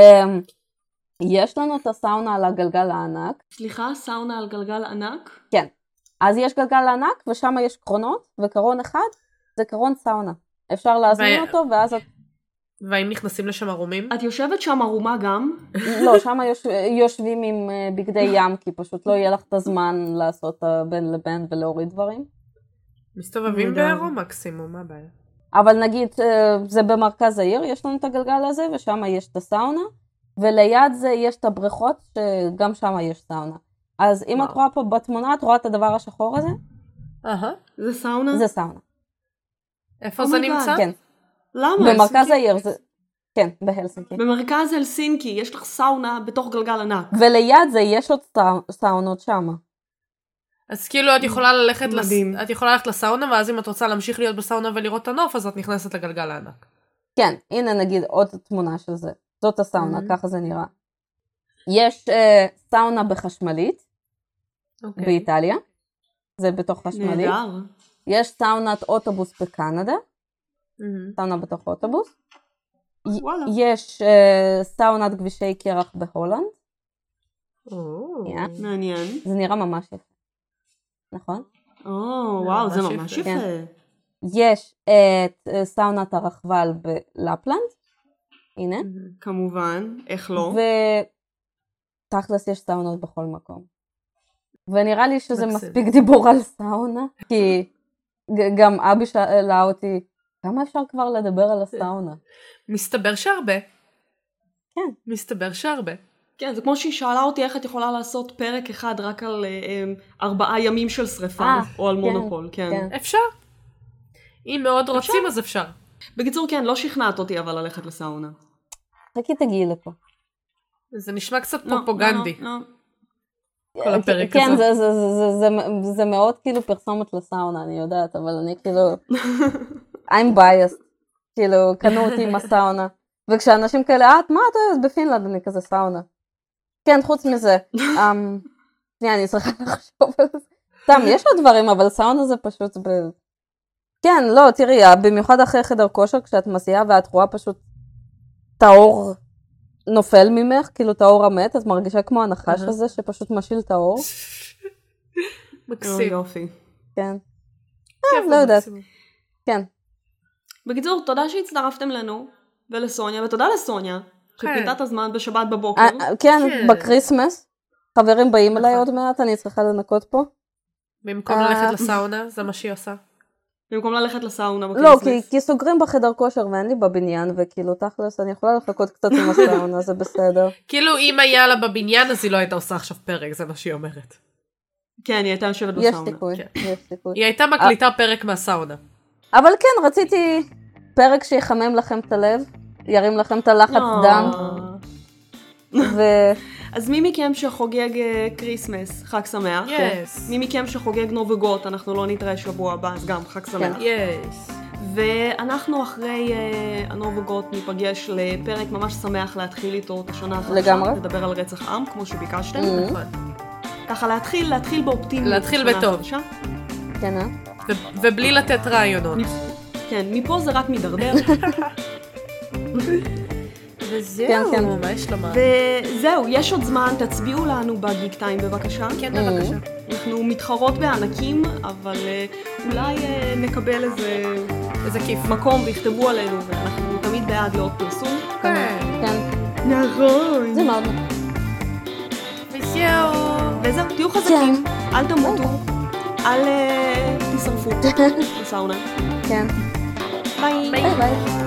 Speaker 2: יש לנו את הסאונה על הגלגל הענק,
Speaker 3: סליחה, סאונה על גלגל ענק?
Speaker 2: כן. אז יש גלגל ענק ושם יש קרונות, וקרון אחד זה קרון סאונה. אפשר להזמין
Speaker 1: ו-
Speaker 2: אותו ואז את...
Speaker 1: והאם נכנסים לשם ערומים?
Speaker 3: את יושבת שם ערומה גם?
Speaker 2: לא, שם יוש... יושבים עם uh, בגדי ים, כי פשוט לא יהיה לך את הזמן לעשות uh, בין לבין ולהוריד דברים.
Speaker 1: מסתובבים
Speaker 3: נהדר.
Speaker 1: בעירום מקסימום, מה הבעיה?
Speaker 2: אבל נגיד, uh, זה במרכז העיר, יש לנו את הגלגל הזה, ושם יש את הסאונה, וליד זה יש את הבריכות, שגם שם יש סאונה. אז אם
Speaker 1: וואו.
Speaker 2: את רואה פה בתמונה, את רואה את הדבר השחור הזה?
Speaker 1: אהה.
Speaker 3: זה סאונה?
Speaker 2: זה סאונה.
Speaker 1: איפה
Speaker 3: Oh
Speaker 1: זה
Speaker 3: my God.
Speaker 1: נמצא?
Speaker 2: כן.
Speaker 3: למה?
Speaker 2: במרכז
Speaker 3: הלסינקי?
Speaker 2: העיר, זה... כן, בהלסינקי.
Speaker 3: במרכז הלסינקי יש לך סאונה בתוך גלגל ענק.
Speaker 2: וליד זה יש עוד סאו- סאונות שם.
Speaker 1: אז כאילו את יכולה ללכת לס...
Speaker 3: מדהים.
Speaker 1: את יכולה ללכת לסאונה, ואז אם את רוצה להמשיך להיות בסאונה ולראות את הנוף, אז את נכנסת לגלגל הענק.
Speaker 2: כן, הנה נגיד עוד תמונה של זה. זאת הסאונה,
Speaker 1: Mhm.
Speaker 2: ככה זה נראה. יש אה, סאונה בחשמלית,
Speaker 1: אוקיי.
Speaker 2: באיטליה. זה בתוך חשמלית.
Speaker 3: נהדר.
Speaker 2: יש סאונת אוטובוס בקנדה.
Speaker 1: מהמם.
Speaker 2: סאונה בתוך אוטובוס. י-
Speaker 3: וואלה.
Speaker 2: יש אה, סאונת כבישי קרח בהולנד.
Speaker 1: או.
Speaker 2: כן.
Speaker 3: מעניין.
Speaker 2: זה נראה ממש יפה. נכון?
Speaker 3: או, וואו, זה
Speaker 1: ממש
Speaker 3: ממש
Speaker 1: יפה.
Speaker 3: יפה.
Speaker 2: יש את אה, סאונת הרכבל בלפלנד. הנה.
Speaker 1: מהמם.
Speaker 3: כמובן, איך לא?
Speaker 2: ותכלס יש סאונות בכל מקום. ונראה לי שזה
Speaker 1: מקסים.
Speaker 2: מספיק דיבור על סאונה, כי ג- גם אבי שאלה אותי, כמה אפשר כבר לדבר על הסאונה?
Speaker 1: מסתבר שהרבה.
Speaker 2: כן.
Speaker 1: מסתבר שהרבה.
Speaker 3: כן, זה כמו שהיא שאלה אותי איך את יכולה לעשות פרק אחד רק על אה, אה, ארבעה ימים של שריפה,
Speaker 2: אה,
Speaker 3: או על
Speaker 2: כן,
Speaker 3: מונופול, כן.
Speaker 2: כן.
Speaker 1: אפשר. אם מאוד רוצים אז אפשר.
Speaker 3: בקיצור, כן, לא שכנעת אותי אבל ללכת לסאונה.
Speaker 2: חכי תגיעי לפה.
Speaker 1: זה נשמע קצת
Speaker 3: לא,
Speaker 1: פרופוגנדי.
Speaker 3: לא, לא.
Speaker 1: כל הפרק
Speaker 2: כן,
Speaker 1: הזה.
Speaker 2: זה, זה, זה, זה, זה, זה מאוד כאילו פרסומת לסאונה, אני יודעת, אבל אני כאילו, I'm biased, כאילו, קנו אותי עם הסאונה. וכשאנשים כאלה, אה, מה את אוהבת בפינלנד? אני כזה סאונה. כן, חוץ מזה, אמ, שנייה, אני צריכה לחשוב על זה. סתם, יש עוד דברים, אבל סאונה זה פשוט ב... כן, לא, תראי, במיוחד אחרי חדר כושר, כשאת מסיעה ואת רואה פשוט את האור נופל ממך, כאילו את האור המת, את מרגישה כמו הנחש הזה שפשוט משיל את האור.
Speaker 1: מקסים.
Speaker 3: יופי.
Speaker 2: כן. לא יודעת. כן.
Speaker 3: בקיצור, תודה שהצטרפתם לנו, ולסוניה, ותודה לסוניה, שפינתה את הזמן בשבת בבוקר.
Speaker 2: כן, בקריסמס. חברים באים אליי עוד מעט, אני צריכה לנקות פה.
Speaker 1: במקום ללכת לסאונה, זה מה שהיא עושה.
Speaker 3: במקום ללכת לסאונה בקריסמס.
Speaker 2: לא, כי סוגרים בחדר כושר ואין לי בבניין, וכאילו תכלס, אני יכולה לחכות קצת עם הסאונה, זה בסדר.
Speaker 1: כאילו אם היה לה בבניין, אז היא לא הייתה עושה עכשיו פרק, זה מה שהיא אומרת.
Speaker 3: כן, היא הייתה יושבת בסאונה.
Speaker 2: יש סיכוי, יש סיכוי.
Speaker 1: היא הייתה מקליטה פרק מהסאונה.
Speaker 2: אבל כן, רציתי פרק שיחמם לכם את הלב, ירים לכם את הלחץ דם. ו...
Speaker 3: אז מי מכם שחוגג קריסמס, חג שמח.
Speaker 1: יס.
Speaker 3: מי מכם שחוגג נובגות, אנחנו לא נתראה שבוע הבא, אז גם חג שמח.
Speaker 1: יס.
Speaker 3: ואנחנו אחרי uh, הנובגות ניפגש לפרק ממש שמח להתחיל איתו את השנה החדשה.
Speaker 2: לגמרי.
Speaker 3: לדבר על רצח עם, כמו שביקשתם.
Speaker 1: נכון.
Speaker 3: ככה להתחיל, להתחיל באופטימיות.
Speaker 1: להתחיל בטוב.
Speaker 2: כן, אה?
Speaker 1: ו- ובלי לתת רעיונות.
Speaker 3: כן, מפה זה רק מדרדר.
Speaker 1: וזהו,
Speaker 2: כן, כן.
Speaker 1: מה יש לומר?
Speaker 3: וזהו, יש עוד זמן, תצביעו לנו בגיק טיים בבקשה.
Speaker 1: כן, בבקשה.
Speaker 3: אנחנו מתחרות בענקים, אבל uh, אולי uh, נקבל איזה,
Speaker 1: איזה כיף.
Speaker 3: מקום ויכתבו עלינו, ואנחנו תמיד בעד לעוד פרסום.
Speaker 1: כן.
Speaker 2: כן.
Speaker 3: נכון.
Speaker 2: זה מאוד.
Speaker 1: וזהו.
Speaker 3: וזהו, תהיו חזקים, אל תמותו, אל uh, תשרפו בסאונה.
Speaker 2: כן.
Speaker 3: ביי.
Speaker 2: ביי ביי.